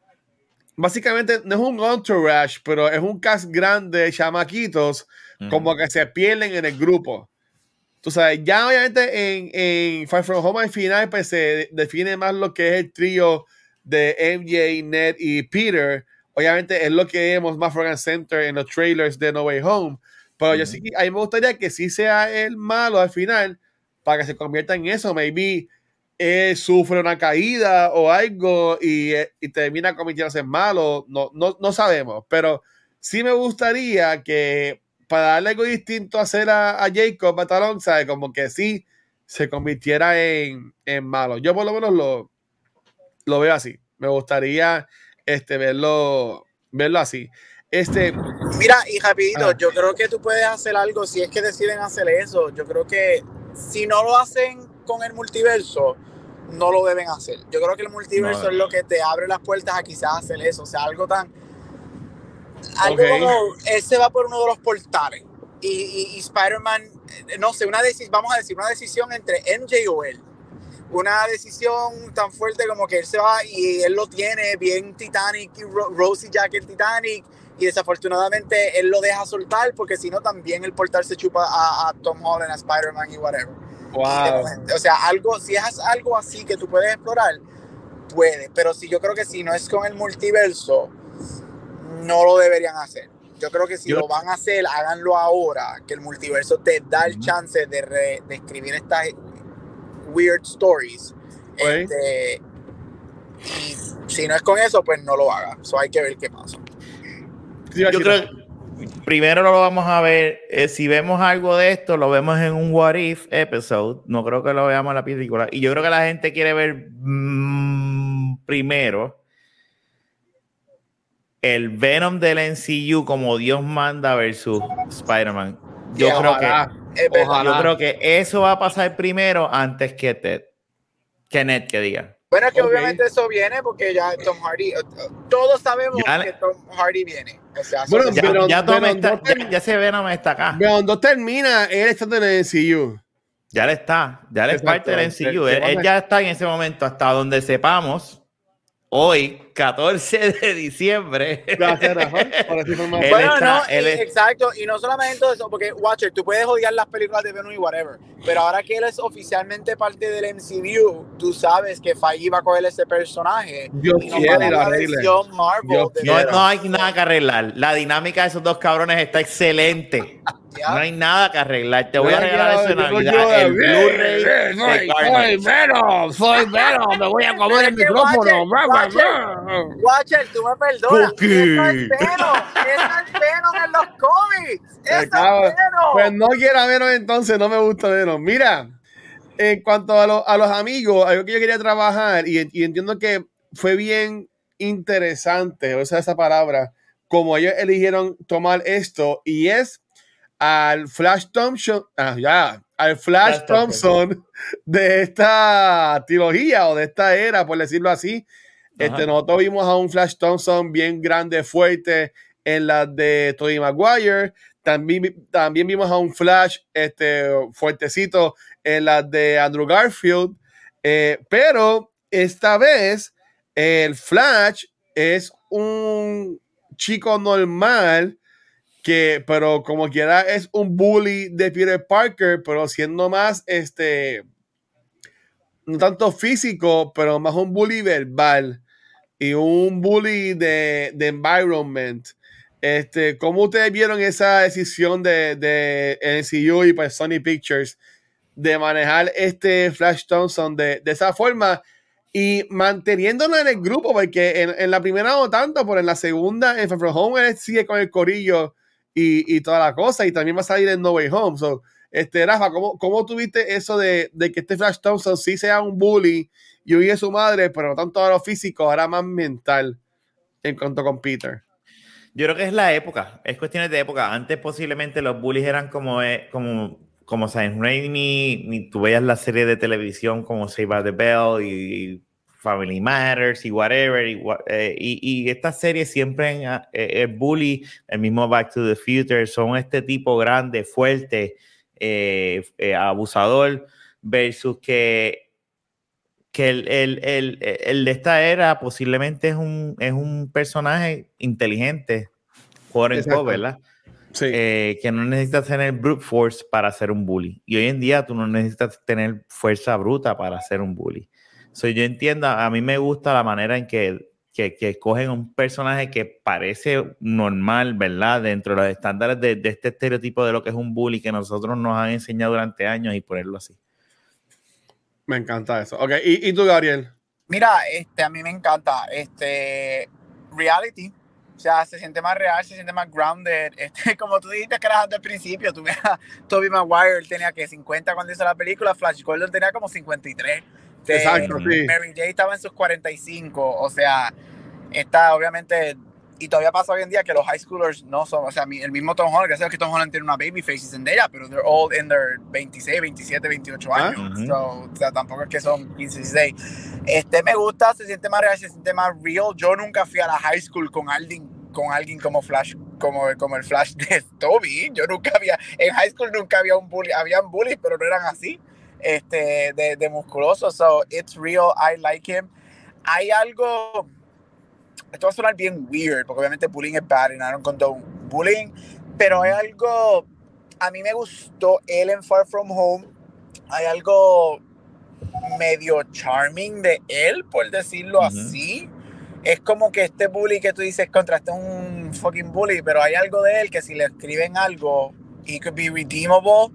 Básicamente, no es un entourage, pero es un cast grande de chamaquitos, uh-huh. como que se pierden en el grupo. Tú sabes, ya obviamente en, en Far From Home al final pues se define más lo que es el trío de M J, Ned y Peter. Obviamente es lo que vemos más front and center en los trailers de No Way Home. Pero mm-hmm. yo sí, a mí me gustaría que sí sea el malo al final para que se convierta en eso. Maybe él sufre una caída o algo y, y termina convirtiéndose en malo. No, no, no sabemos, pero sí me gustaría que para darle algo distinto a hacer a, a Jacob Batalón, ¿sabes? Como que sí se convirtiera en, en malo. Yo por lo menos lo, lo veo así. Me gustaría este, verlo, verlo así. Este, Mira, y rapidito, ah. yo creo que tú puedes hacer algo si es que deciden hacer eso. Yo creo que si no lo hacen con el multiverso, no lo deben hacer. Yo creo que el multiverso no. es lo que te abre las puertas a quizás hacer eso. O sea, algo tan... Algo okay. como él se va por uno de los portales y, y, y Spider-Man, no sé, una decisión, vamos a decir, una decisión entre M J o él. Una decisión tan fuerte como que él se va y él lo tiene bien Titanic, y Ro- Rosy Jack el Titanic, y desafortunadamente él lo deja soltar porque si no también el portal se chupa a, a Tom Holland, a Spider-Man y whatever. Wow. Y, o sea, algo, si es algo así que tú puedes explorar, puede, pero si yo creo que si no es con el multiverso, no lo deberían hacer. Yo creo que si yo, lo van a hacer, háganlo ahora, que el multiverso te da el chance de, re, de escribir estas weird stories. Okay. Este, y si no es con eso, pues no lo haga. Eso hay que ver qué pasa. Yo creo que primero lo vamos a ver. Eh, si vemos algo de esto, lo vemos en un What If episode. No creo que lo veamos en la película. Y yo creo que la gente quiere ver mmm, primero el Venom del M C U como Dios manda versus Spider-Man. Yo, yeah, creo ojalá, que, yo creo que eso va a pasar primero antes que Ted. Que Ned, que diga. Bueno, que okay. obviamente eso viene porque ya Tom Hardy, todos sabemos ya, que Tom Hardy viene. O sea, bueno, ya, pero, ya, pero, está, ya, ya se Venom está acá. Cuando termina, él está en el M C U. Ya le está, ya le es parte del M C U. Él, él ya está en ese momento, hasta donde sepamos. Hoy, catorce de diciembre. Gracias, Rafa, por esa información. Bueno, está, no, y, es... exacto. Y no solamente eso, porque, Watcher, tú puedes odiar las películas de Venom y whatever, pero ahora que él es oficialmente parte del M C U, tú sabes que Feige va a coger ese personaje. Dios y quiere la versión Marvel. Dios de no, no hay nada que arreglar. La dinámica de esos dos cabrones está excelente. ¿Ya? No hay nada que arreglar. Te voy no a regalar eso en Navidad. El Blu-ray. Soy, soy Venom, soy Venom. Me voy a comer el micrófono. Watcher, Watcher, tú me perdonas. Cookie. Eso es Venom. Eso es Venom en los cómics. Eso es Venom. Pues no quiero Venom entonces. No me gusta Venom. Mira, en cuanto a, lo, a los amigos, algo que yo quería trabajar y, y entiendo que fue bien interesante, o sea, esa palabra, como ellos eligieron tomar esto y es al Flash Thompson, ah, ya, al Flash, Flash Thompson, Thompson de esta trilogía o de esta era, por decirlo así. Este, nosotros vimos a un Flash Thompson bien grande, fuerte en la de Tobey Maguire. También, también vimos a un Flash este, fuertecito en la de Andrew Garfield. Eh, pero esta vez el Flash es un chico normal que, pero como quiera es un bully de Peter Parker, pero siendo más, este, no tanto físico, pero más un bully verbal y un bully de, de environment. Este, ¿cómo ustedes vieron esa decisión de, de N C U y pues Sony Pictures de manejar este Flash Thompson de, de esa forma y manteniéndolo en el grupo? Porque en, en la primera no tanto, pero en la segunda, en Far From Home, él sigue con el corillo y, y toda la cosa, y también va a salir en No Way Home. So, este, Rafa, ¿cómo, cómo tuviste eso de, de que este Flash Thompson sí sea un bully y huye su madre, pero no tanto a lo físico, ahora más mental en cuanto con Peter? Yo creo que es la época, es cuestiones de época. Antes posiblemente los bullies eran como, eh, como, como Sam Raimi, ni tú veías la serie de televisión como Saved by the Bell y Family Matters y whatever, y, eh, y, y estas series siempre eh, es bully, el mismo Back to the Future, son este tipo grande, fuerte, eh, eh, abusador, versus que que el, el, el, el de esta era posiblemente es un, es un personaje inteligente, quote unquote, ¿verdad? Sí. Eh, que no necesitas tener brute force para ser un bully. Y hoy en día tú no necesitas tener fuerza bruta para ser un bully. So, yo entiendo, a mí me gusta la manera en que, que, que escogen un personaje que parece normal, ¿verdad? Dentro de los estándares de, de este estereotipo de lo que es un bully que nosotros nos han enseñado durante años y ponerlo así. Me encanta eso. Ok, ¿y, y tú, Gabriel? Mira, este, a mí me encanta este reality. O sea, se siente más real, se siente más grounded. Este, como tú dijiste que eras al principio, tú ves a Tobey Maguire, él tenía que cincuenta cuando hizo la película, Flash Gordon tenía como cincuenta y tres. De, Exacto, sí. Mary J estaba en sus cuarenta y cinco. O sea, está obviamente, y todavía pasa hoy en día que los high schoolers no son, o sea, el mismo Tom Holland, que sé que Tom Holland tiene una baby face y Zendaya, pero they're all in their veintiséis, veintisiete, veintiocho años. Ah, uh-huh. So, o sea, tampoco es que son quince, dieciséis. Este me gusta, se siente más real, se siente más real. Yo nunca fui a la high school con alguien, con alguien como Flash, como, como el Flash de Toby. Yo nunca había, en high school nunca había un bully, habían bullies, pero no eran así, este, de, de musculoso. So, it's real, I like him. Hay algo, esto va a sonar bien weird, porque obviamente bullying es bad, y no condone bullying, pero hay algo, a mí me gustó él en Far From Home, hay algo medio charming de él, por decirlo uh-huh. así. Es como que este bully que tú dices contra este es un fucking bully, pero hay algo de él que si le escriben algo, he could be redeemable.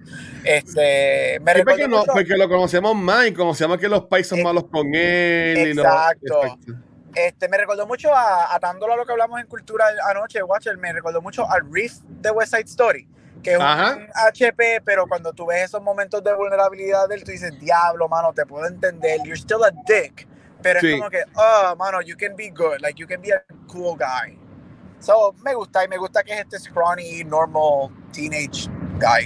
Este, me sí, porque, no, mucho, porque lo conocemos más y conocemos que los países son eh, malos con él. Exacto. Y no, exacto. Este, me recordó mucho, a, atándolo a lo que hablamos en Cultura anoche, Watcher, me recordó mucho al Reef de West Side Story, que es Ajá. un H P, pero cuando tú ves esos momentos de vulnerabilidad de él, tú dices, diablo, mano, te puedo entender, you're still a dick, pero sí. es como que, oh, mano, you can be good, like, you can be a cool guy. So, me gusta, y me gusta que es este scrawny, normal, teenage guy.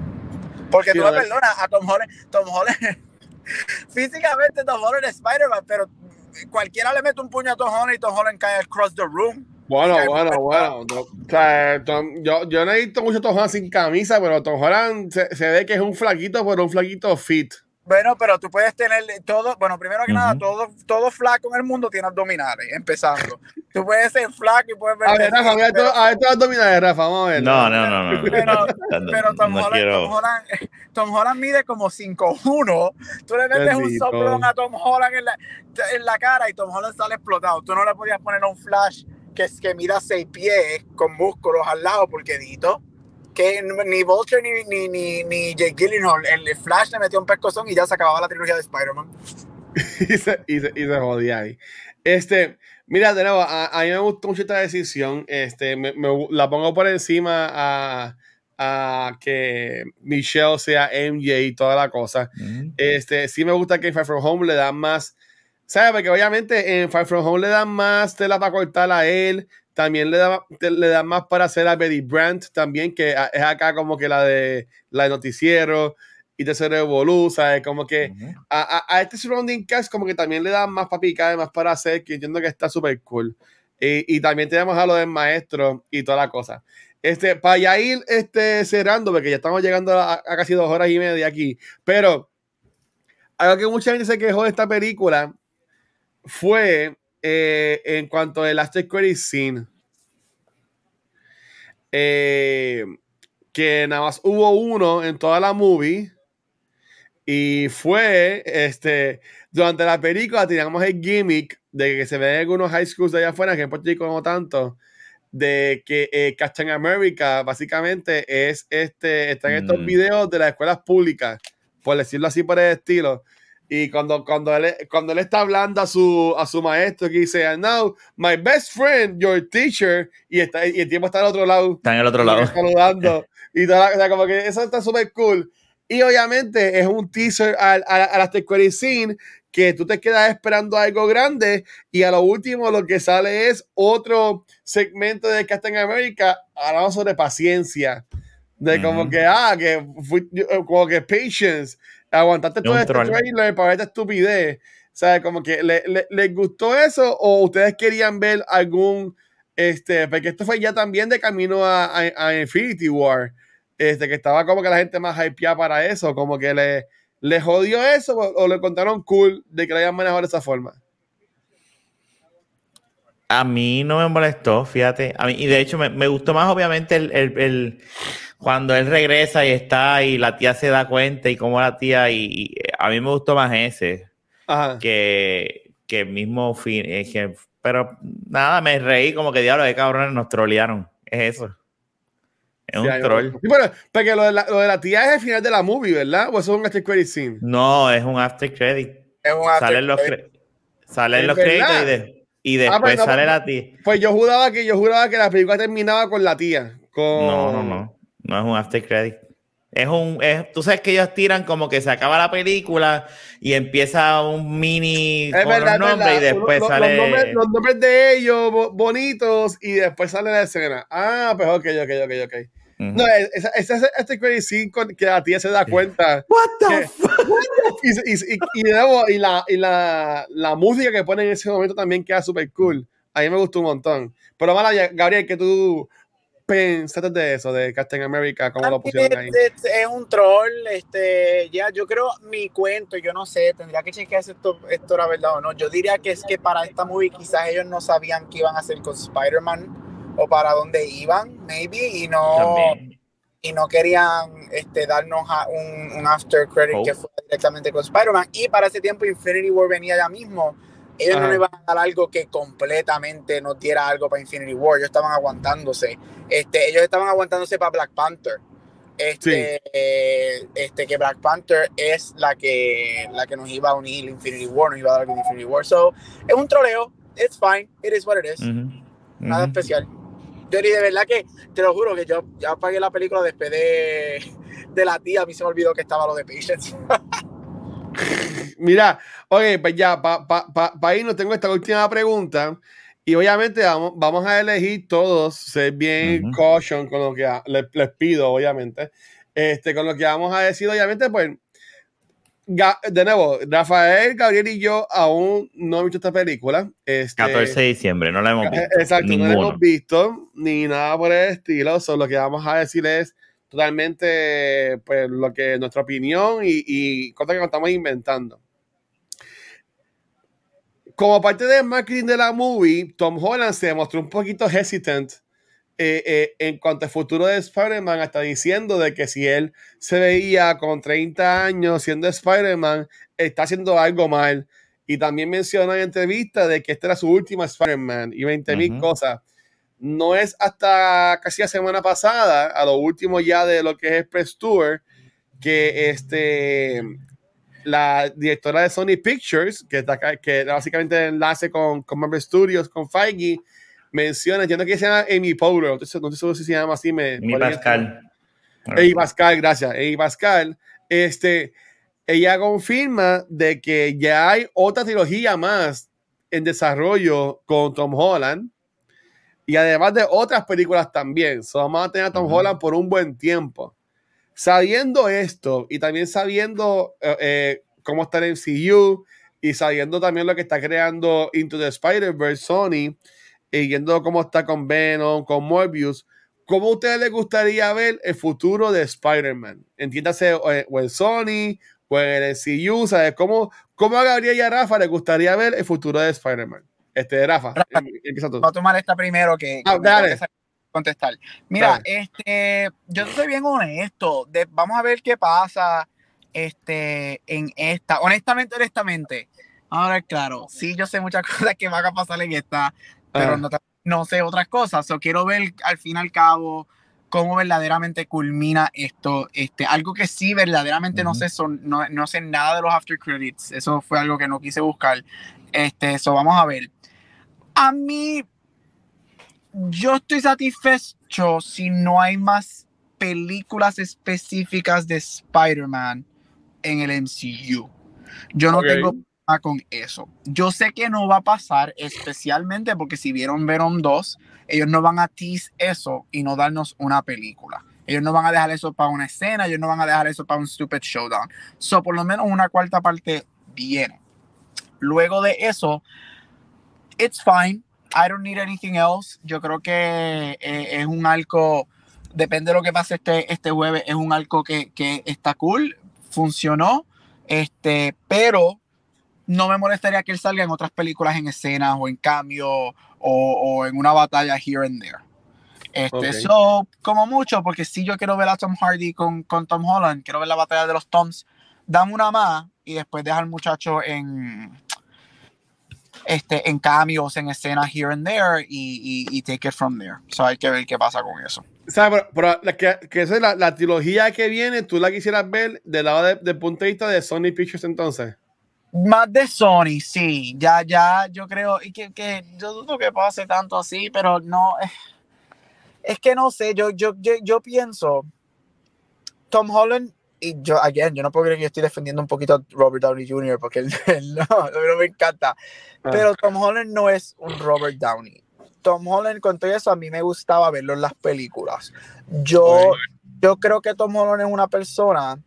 Porque sí, tú me perdonas, a Tom Holland, Tom Holland, físicamente Tom Holland es Spider-Man, pero cualquiera le mete un puño a Tom Holland y Tom Holland cae across the room. Bueno, bueno, bueno. No, o sea, Tom, yo, yo no he visto mucho Tom Holland sin camisa, pero Tom Holland se, se ve que es un flaquito, pero un flaquito fit. Bueno, pero tú puedes tener todo, bueno, primero que uh-huh. nada, todo, todo flaco en el mundo tiene abdominales, empezando. Tú puedes ser flaco y puedes ver... A ver, Rafa, a ver, pero... a ver tus abdominales, Rafa, vamos a ver. No, no, no, no. Pero, pero Tom, no Holland, quiero... Tom, Holland, Tom Holland mide como cinco uno. Tú le metes un soplón a Tom Holland en la, en la cara y Tom Holland sale explotado. Tú no le podías poner un Flash que, que mida seis pies con músculos al lado, porque Dito... que ni Vulture ni, ni, ni, ni Jake Gyllenhaal, el Flash le metió un pescozón y ya se acababa la trilogía de Spider-Man. y, se, y, se, y se jodía ahí. Este, mira, de nuevo, a, a mí me gustó mucho esta decisión. Este, me, me, la pongo por encima a, a que Michelle sea M J y toda la cosa. Mm. Este, sí me gusta que en Far From Home le dan más, ¿sabes? Porque obviamente en Far From Home le dan más tela para cortar a él. También le da, le da más para hacer a Betty Brant también, que es acá como que la de la de noticiero y Tercero Revolú, ¿sabes? Como que uh-huh. a, a, a este surrounding cast como que también le dan más para picar, más para hacer, que entiendo que está súper cool. Y, y también tenemos a lo del maestro y toda la cosa. Este, para ya ir este, cerrando, porque ya estamos llegando a, a casi dos horas y media aquí, pero algo que mucha gente se quejó de esta película fue... Eh, en cuanto al after credit scene, eh, que nada más hubo uno en toda la movie y fue, este, durante la película teníamos el gimmick de que se ven algunos high schools de allá afuera, que en Puerto Rico no tanto, de que eh, Captain America básicamente es, este, está en estos Mm. videos de las escuelas públicas, por decirlo así por el estilo. Y cuando, cuando, él, cuando él está hablando a su, a su maestro, que dice, and now, my best friend, your teacher, y, está, y el tiempo está al otro lado. Está en el otro lado. Saludando. Y toda la, o sea, como que eso está súper cool. Y obviamente es un teaser al, al, al after credit scene que tú te quedas esperando algo grande y a lo último lo que sale es otro segmento de Captain America hablando sobre paciencia. De como Ujú. que, ah, que fui, como que patience, aguantaste todo Un este troll. trailer para esta estupidez. O sea, como que le, le, les gustó eso o ustedes querían ver algún, este, porque esto fue ya también de camino a, a, a Infinity War, este, que estaba como que la gente más hypeada para eso, como que le, le jodió eso o, o le contaron cool de que lo hayan manejado de esa forma. A mí no me molestó, fíjate. A mí, y de hecho me, me gustó más obviamente el, el, el cuando él regresa y está y la tía se da cuenta y cómo la tía y, y a mí me gustó más ese Ajá. que, que el mismo fin. Es que, pero nada, me reí como que diablo de cabrones nos trolearon. Es eso. Es Sí, un troll. Sí, pero, porque lo de, la, lo de la tía es el final de la movie, ¿verdad? ¿O eso es un after credit scene? No, es un after credit. Es un after Salen los, credit. cre salen ¿Es los verdad? créditos y, de y después ah, pues no, sale pues, la tía. Pues yo juraba que yo juraba que la película terminaba con la tía. Con... No, no, no. No es un after credit. Es un, es, tú sabes que ellos tiran como que se acaba la película y empieza un mini Es con verdad, los es nombres verdad. y después los, sale. Los nombres, los nombres de ellos bo bonitos y después sale la escena. Ah, pues ok, ok, ok, ok. Uh-huh. No, ese es este credit scene con que la tía se da cuenta. What the que, fuck? Y, y, y, y, de nuevo, y, la, y la, la música que ponen en ese momento también queda súper cool. A mí me gustó un montón. Pero mala, Gabriel, que tú pensaste de eso, de Captain America, cómo lo pusieron ahí. Es, es un troll, este, ya, yo creo, mi cuento, yo no sé, tendría que chequear si esto, esto era verdad o no. Yo diría que es que para esta movie quizás ellos no sabían qué iban a hacer con Spider-Man o para dónde iban, maybe, y no, También. y no querían este, darnos a un, un after credit oh. que fuera directamente con Spider-Man. Y para ese tiempo Infinity War venía ya mismo. Ellos Ajá. no le iban a dar algo que completamente nos diera algo para Infinity War. Ellos estaban aguantándose. Este, ellos estaban aguantándose para Black Panther. Este, sí. eh, este, que Black Panther es la que, la que nos iba a unir Infinity War, nos iba a dar algo en Infinity War. So, es un troleo. It's fine. It is what it is. Uh-huh. Uh-huh. Nada especial. Yo ni de verdad que, te lo juro, que yo ya apagué la película después de, de la tía. A mí se me olvidó que estaba lo de Patience. Mira, oye, pues ya, para pa, pa, pa irnos tengo esta última pregunta y obviamente vamos, vamos a elegir todos, ser bien uh-huh. caution con lo que les, les pido, obviamente, este, con lo que vamos a decir, obviamente, pues, de nuevo, Rafael, Gabriel y yo aún no hemos visto esta película. Este, catorce de diciembre, no la hemos visto. Exacto, ninguno. no la hemos visto, ni nada por el estilo, solo lo que vamos a decir es totalmente, pues, lo que nuestra opinión y, y cosas que nos estamos inventando. Como parte del marketing de la movie, Tom Holland se demostró un poquito hesitant eh, eh, en cuanto al futuro de Spider-Man, hasta diciendo de que si él se veía con treinta años siendo Spider-Man, está haciendo algo mal. Y también mencionó en entrevista de que esta era su última Spider-Man y veinte mil uh-huh. cosas. No es hasta casi la semana pasada, a lo último ya de lo que es el Press Tour, que este... la directora de Sony Pictures, que, está, que básicamente enlace con, con Marvel Studios, con Feige, menciona, yo no quiero que se llama Amy Powler, no estoy, no estoy seguro si se llama así. Me, Amy Pascal. Amy Pascal, gracias. Amy Pascal. Este, ella confirma de que ya hay otra trilogía más en desarrollo con Tom Holland y además de otras películas también. So, vamos a tener a Tom uh-huh. Holland por un buen tiempo. Sabiendo esto y también sabiendo eh, eh, cómo está el M C U y sabiendo también lo que está creando Into the Spider-Verse Sony y viendo cómo está con Venom, con Morbius, ¿cómo a ustedes les gustaría ver el futuro de Spider-Man? Entiéndase, o, o en Sony o en el M C U, ¿sabes? ¿Cómo, cómo a Gabriel y a Rafa les gustaría ver el futuro de Spider-Man? Este, Rafa, Rafa empieza tú. Voy a tomar esta primero que, que ah, dale. contestar. Mira, Dale. este, yo soy bien honesto. De, vamos a ver qué pasa este, en esta. Honestamente, honestamente. Vamos a ver, claro. Sí, yo sé muchas cosas que van a pasar en esta, pero Ah. no, no sé otras cosas. So, quiero ver al fin y al cabo cómo verdaderamente culmina esto. Este, algo que sí verdaderamente Uh-huh. no sé, son, no, no sé nada de los after credits. Eso fue algo que no quise buscar. Este, eso vamos a ver. A mí, yo estoy satisfecho si no hay más películas específicas de Spider-Man en el M C U. Yo no Ok. tengo problema con eso. Yo sé que no va a pasar, especialmente porque si vieron Venom dos, ellos no van a tease eso y no darnos una película. Ellos no van a dejar eso para una escena, ellos no van a dejar eso para un stupid showdown. So, por lo menos una cuarta parte viene. Luego de eso, it's fine. I don't need anything else. Yo creo que eh, es un arco, depende de lo que pase este, este jueves, es un arco que, que está cool, funcionó, este, pero no me molestaría que él salga en otras películas en escenas o en cambio o, o en una batalla here and there. Este, Okay. So, como mucho, porque si yo quiero ver a Tom Hardy con, con Tom Holland, quiero ver la batalla de los Toms, dame una más y después deja al muchacho en... Este, en cambios, en escenas here and there y, y, y take it from there. So hay que ver qué pasa con eso. O sea, pero, pero la, que, que esa es la, la trilogía que viene, tú la quisieras ver del lado de, del punto de vista de Sony Pictures entonces. Más de Sony, sí. Ya, ya, yo creo y que, que yo dudo que pase tanto así, pero no. Es, es que no sé, yo, yo, yo, yo pienso, Tom Holland, y yo, again, yo no puedo creer que yo estoy defendiendo un poquito a Robert Downey junior porque él, él no, no me encanta. Ah. Pero Tom Holland no es un Robert Downey. Tom Holland, con todo eso, a mí me gustaba verlo en las películas. Yo, Okay. yo creo que Tom Holland es una persona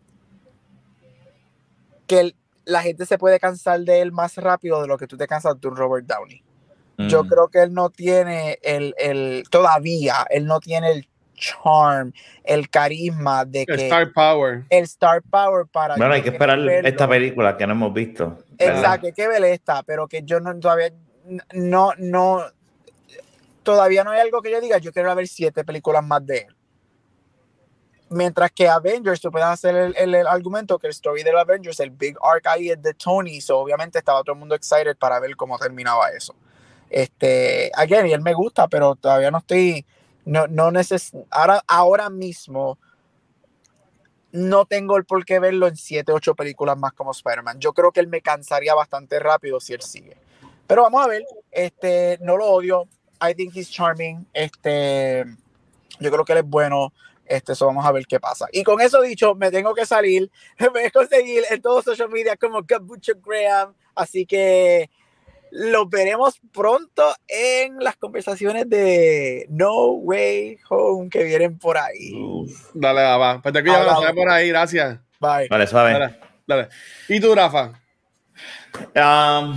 que el, la gente se puede cansar de él más rápido de lo que tú te cansas de un Robert Downey. Mm. Yo creo que él no tiene el, el, todavía, él no tiene el charm, el carisma de el que... Star Power. El Star Power para... Bueno, hay que esperar verlo. Esta película que no hemos visto. Exacto, hay que ver esta, pero que yo no, todavía no, no, todavía no hay algo que yo diga, yo quiero ver siete películas más de él. Mientras que Avengers, tú puedes hacer el, el, el argumento que el story de los Avengers, el big arc ahí es de Tony, so obviamente estaba todo el mundo excited para ver cómo terminaba eso. Este, again, y él me gusta, pero todavía no estoy, no, no neces ahora, ahora mismo no tengo el por qué verlo en siete, ocho películas más como Spider-Man. Yo creo que él me cansaría bastante rápido si él sigue. Pero vamos a ver, este, no lo odio. I think he's charming. Este, yo creo que él es bueno. Este, eso vamos a ver qué pasa. Y con eso dicho, me tengo que salir. Me voy a conseguir en todos los social media como Cabucho Graham. Así que los veremos pronto en las conversaciones de No Way Home que vienen por ahí. Uf. Dale, va. Pues te cuidas, ah, por ahí. Gracias. Bye. Vale, suave. Dale, dale. ¿Y tú, Rafa? Um,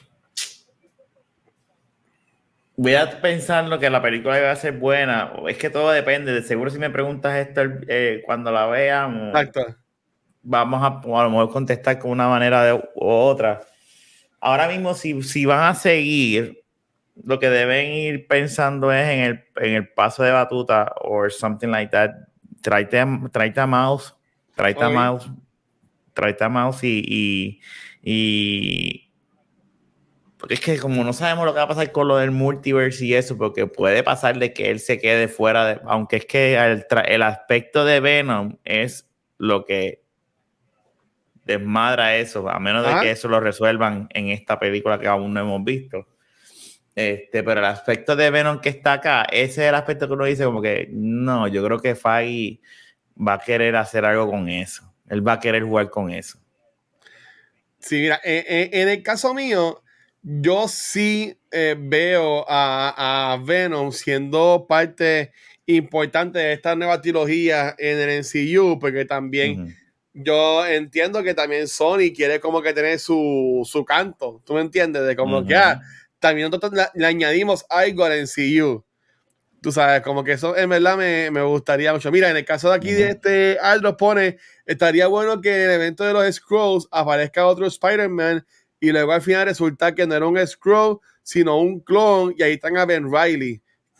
voy a pensar lo que la película va a ser buena. Es que todo depende. De seguro si me preguntas esto eh, cuando la veamos, Exacto. Vamos a, a lo mejor contestar con una manera de, u otra. Ahora mismo, si, si van a seguir, lo que deben ir pensando es en el, en el paso de batuta o something like that. Tráete a, tráete a Mouse, tráete a Mouse, tráete a Mouse y, y, y... Porque es que como no sabemos lo que va a pasar con lo del multiverse y eso, porque puede pasar de que él se quede fuera, de, aunque es que el, el aspecto de Venom es lo que desmadra eso, a menos ¿Ah? de que eso lo resuelvan en esta película que aún no hemos visto. Este, pero el aspecto de Venom que está acá, ese es el aspecto que uno dice como que no, yo creo que Feige va a querer hacer algo con eso. Él va a querer jugar con eso. Sí, mira, en, en el caso mío, yo sí eh, veo a, a Venom siendo parte importante de esta nueva trilogía en el M C U, porque también uh-huh. yo entiendo que también Sony quiere como que tener su, su canto, ¿tú me entiendes? De como uh-huh. que ah, también nosotros le, le añadimos algo al M C U. Tú sabes, como que eso en verdad me, me gustaría mucho. Mira, en el caso de aquí uh-huh. de este Aldo pone, estaría bueno que en el evento de los Skrulls aparezca otro Spider-Man y luego al final resulta que no era un Skrull, sino un clon y ahí están a Ben Reilly.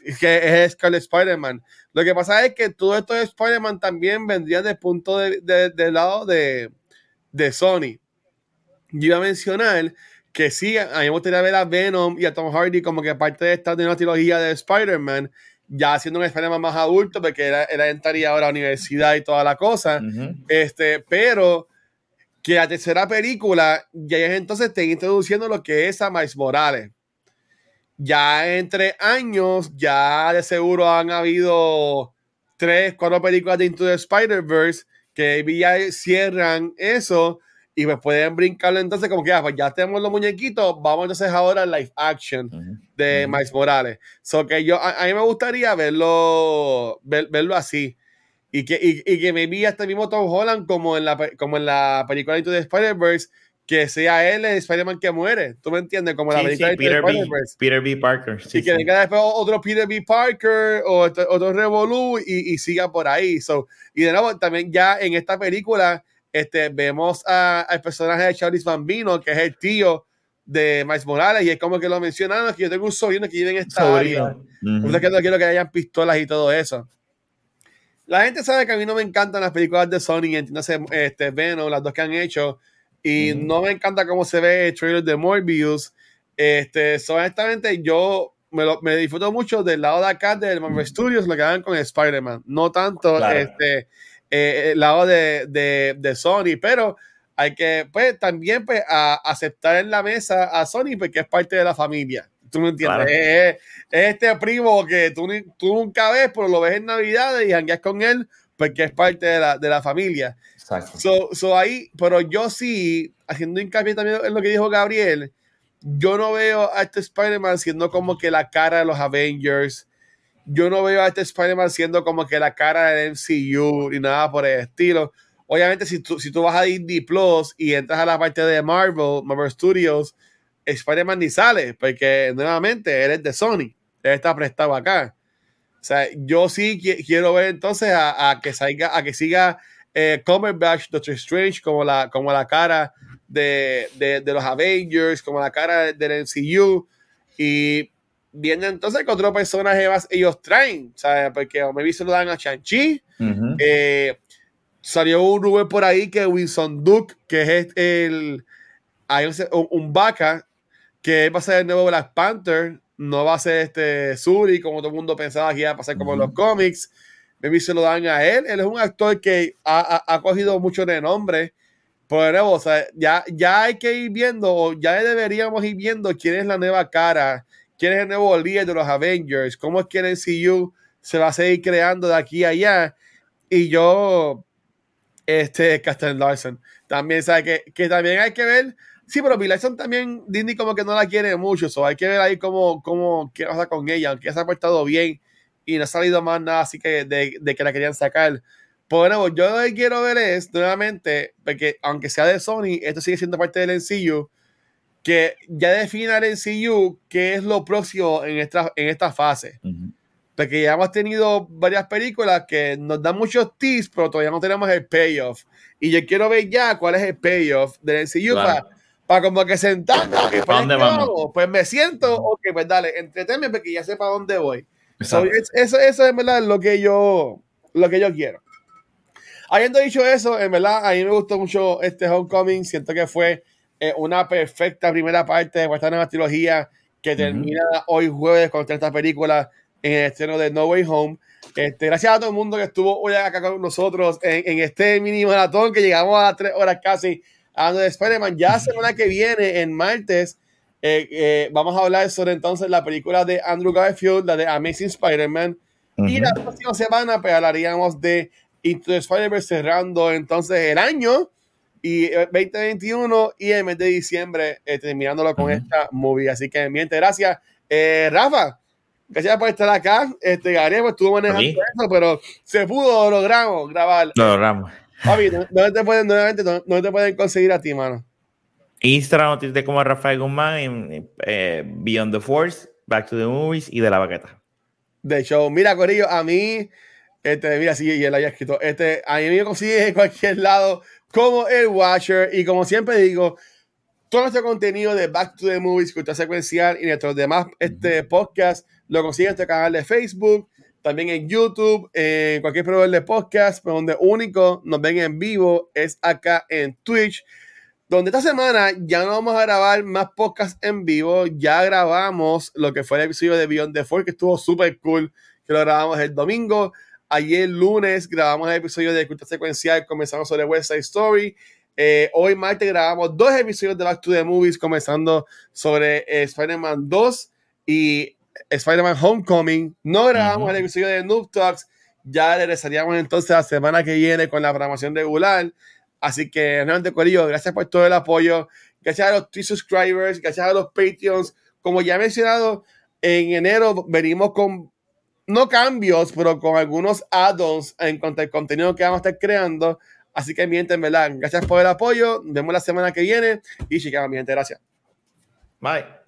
que es Scarlet Spider-Man. Lo que pasa es que todo esto de Spider-Man también vendría del punto de, de, del lado de, de Sony. Yo iba a mencionar que sí, a mí me gustaría ver a Venom y a Tom Hardy como que parte de esta de una trilogía de Spider-Man, ya siendo un Spider-Man más adulto, porque él, él entraría ahora a la universidad y toda la cosa. Uh-huh. Este, pero que la tercera película ya es entonces te introduciendo lo que es a Miles Morales. Ya entre años, ya de seguro han habido tres, cuatro películas de Into the Spider-Verse que ya cierran eso y pues pueden brincarlo entonces como que ah, pues ya tenemos los muñequitos, vamos entonces ahora al live action uh-huh. de uh-huh. Miles Morales. So que yo, a, a mí me gustaría verlo, ver, verlo así. Y que, y, y que me vi hasta mismo Tom Holland como en la, como en la película Into the Spider-Verse, que sea él el Spider-Man que muere. ¿Tú me entiendes? Como sí, la película sí, Peter, B, Peter B. Parker. Sí, y que sí. venga después otro Peter B. Parker o otro, otro Revolú y, y siga por ahí. So, y de nuevo, también ya en esta película este, vemos al personaje de Childish Gambino, que es el tío de Miles Morales, y es como que lo mencionaron, que yo tengo un sobrino que vive en esta sobrino. área. Uh-huh. Que no quiero que hayan pistolas y todo eso. La gente sabe que a mí no me encantan las películas de Sony, entiéndase, este, Venom, las dos que han hecho, y mm. no me encanta cómo se ve el trailer de Morbius. Este, so, honestamente, yo me, lo, me disfruto mucho del lado de acá de Marvel mm. Studios, lo que hagan con Spider-Man, no tanto claro. este, eh, el lado de, de, de Sony, pero hay que, pues, también pues, a, aceptar en la mesa a Sony porque es parte de la familia. ¿Tú me entiendes? Claro. Es, es este primo que tú, tú nunca ves, pero lo ves en Navidades y jangueas con él porque es parte de la, de la familia. Exacto. So, so ahí, pero yo sí, haciendo hincapié también en lo que dijo Gabriel, yo no veo a este Spider-Man siendo como que la cara de los Avengers. Yo no veo a este Spider-Man siendo como que la cara del M C U ni nada por el estilo. Obviamente, si tú, si tú vas a Disney Plus y entras a la parte de Marvel, Marvel Studios, Spider-Man ni sale, porque nuevamente él es de Sony, él está prestado acá. O sea, yo sí qu- quiero ver entonces a, a que salga, a que siga eh, Cumberbatch, Doctor Strange, como la, como la cara de, de, de los Avengers, como la cara del M C U, y viendo entonces que otro personaje más ellos traen, ¿sabes? Porque me vi se lo dan a Shang-Chi, uh-huh. eh, salió un rumor por ahí que Winston Duke, que es el, hay un, un vaca, que va a ser el nuevo Black Panther, no va a ser este Shuri, como todo el mundo pensaba que iba a pasar como uh-huh. en los cómics. Maybe se lo dan a él. Él es un actor que ha, ha, ha cogido mucho renombre. Pero de nuevo, o sea, ya, ya hay que ir viendo, ya deberíamos ir viendo quién es la nueva cara, quién es el nuevo líder de los Avengers, cómo es que el M C U se va a seguir creando de aquí a allá. Y yo, este, Castle Larson, también sabe que, que también hay que ver. Sí, pero Brie Larson también, Disney como que no la quiere mucho, so hay que ver ahí cómo, cómo qué pasa con ella, aunque se ha portado bien y no ha salido más nada así que de, de que la querían sacar. Por bueno, yo lo que quiero ver es, nuevamente, porque aunque sea de Sony, esto sigue siendo parte del M C U, que ya defina el M C U qué es lo próximo en esta, en esta fase. Uh-huh. Porque ya hemos tenido varias películas que nos dan muchos tips, pero todavía no tenemos el payoff. Y yo quiero ver ya cuál es el payoff del M C U claro. para para como que sentarme, okay, ¿para dónde vamos? vamos? Pues me siento, ok, pues dale, entretenme porque ya sé para dónde voy. So, es, eso, eso es verdad lo que yo, lo que yo quiero. Habiendo dicho eso, en verdad, a mí me gustó mucho este Homecoming. Siento que fue eh, una perfecta primera parte de esta nueva trilogía que termina uh-huh. hoy jueves con esta película en el estreno de No Way Home. Este, gracias a todo el mundo que estuvo hoy acá con nosotros en, en este mini maratón que llegamos a tres horas casi. Hablando de Spider-Man, ya semana que viene, en martes, eh, eh, vamos a hablar sobre entonces la película de Andrew Garfield, la de Amazing Spider-Man, uh-huh. y la próxima semana pues, hablaríamos de Into the Spider-Verse cerrando entonces el año y veinte veintiuno y el mes de diciembre eh, terminándolo con uh-huh. esta movie. Así que, miente, gracias. Eh, Rafa, gracias por estar acá. Este, Gabriel pues, estuvo manejando ¿Sí? eso, pero se pudo, lo logramos grabar. Lo logramos. Papi, ¿dónde te pueden, nuevamente, ¿dónde te pueden conseguir a ti, mano? Instagram, te como Rafael Guzmán, en, eh, Beyond the Force, Back to the Movies y De la Baqueta. De show. Mira, Corillo, a mí, este, mira, sí, y él había escrito, este, a mí me consigue en cualquier lado como el Watcher, y como siempre digo, todo nuestro contenido de Back to the Movies, Cultura Secuencial y nuestros demás este, podcasts lo consiguen en nuestro canal de Facebook, también en YouTube, en cualquier proveedor de podcast, pero donde único nos ven en vivo es acá en Twitch, donde esta semana ya no vamos a grabar más podcasts en vivo. Ya grabamos lo que fue el episodio de Beyond the Force, que estuvo súper cool, que lo grabamos el domingo. Ayer lunes grabamos el episodio de Cultura Secuencial, comenzamos sobre West Side Story. Eh, hoy martes grabamos dos episodios de Back to the Movies, comenzando sobre eh, Spider-Man dos y Spider-Man Homecoming. No grabamos uh-huh. el episodio de Noob Talks. Ya regresaríamos entonces la semana que viene con la programación regular. Así que, realmente, Corillo, gracias por todo el apoyo. Gracias a los Twitch subscribers, gracias a los Patreons. Como ya he mencionado, en enero venimos con, no cambios, pero con algunos add-ons en cuanto al contenido que vamos a estar creando. Así que, mi gente, en verdad, gracias por el apoyo. Nos vemos la semana que viene y chicas, mi gente, gracias. Bye.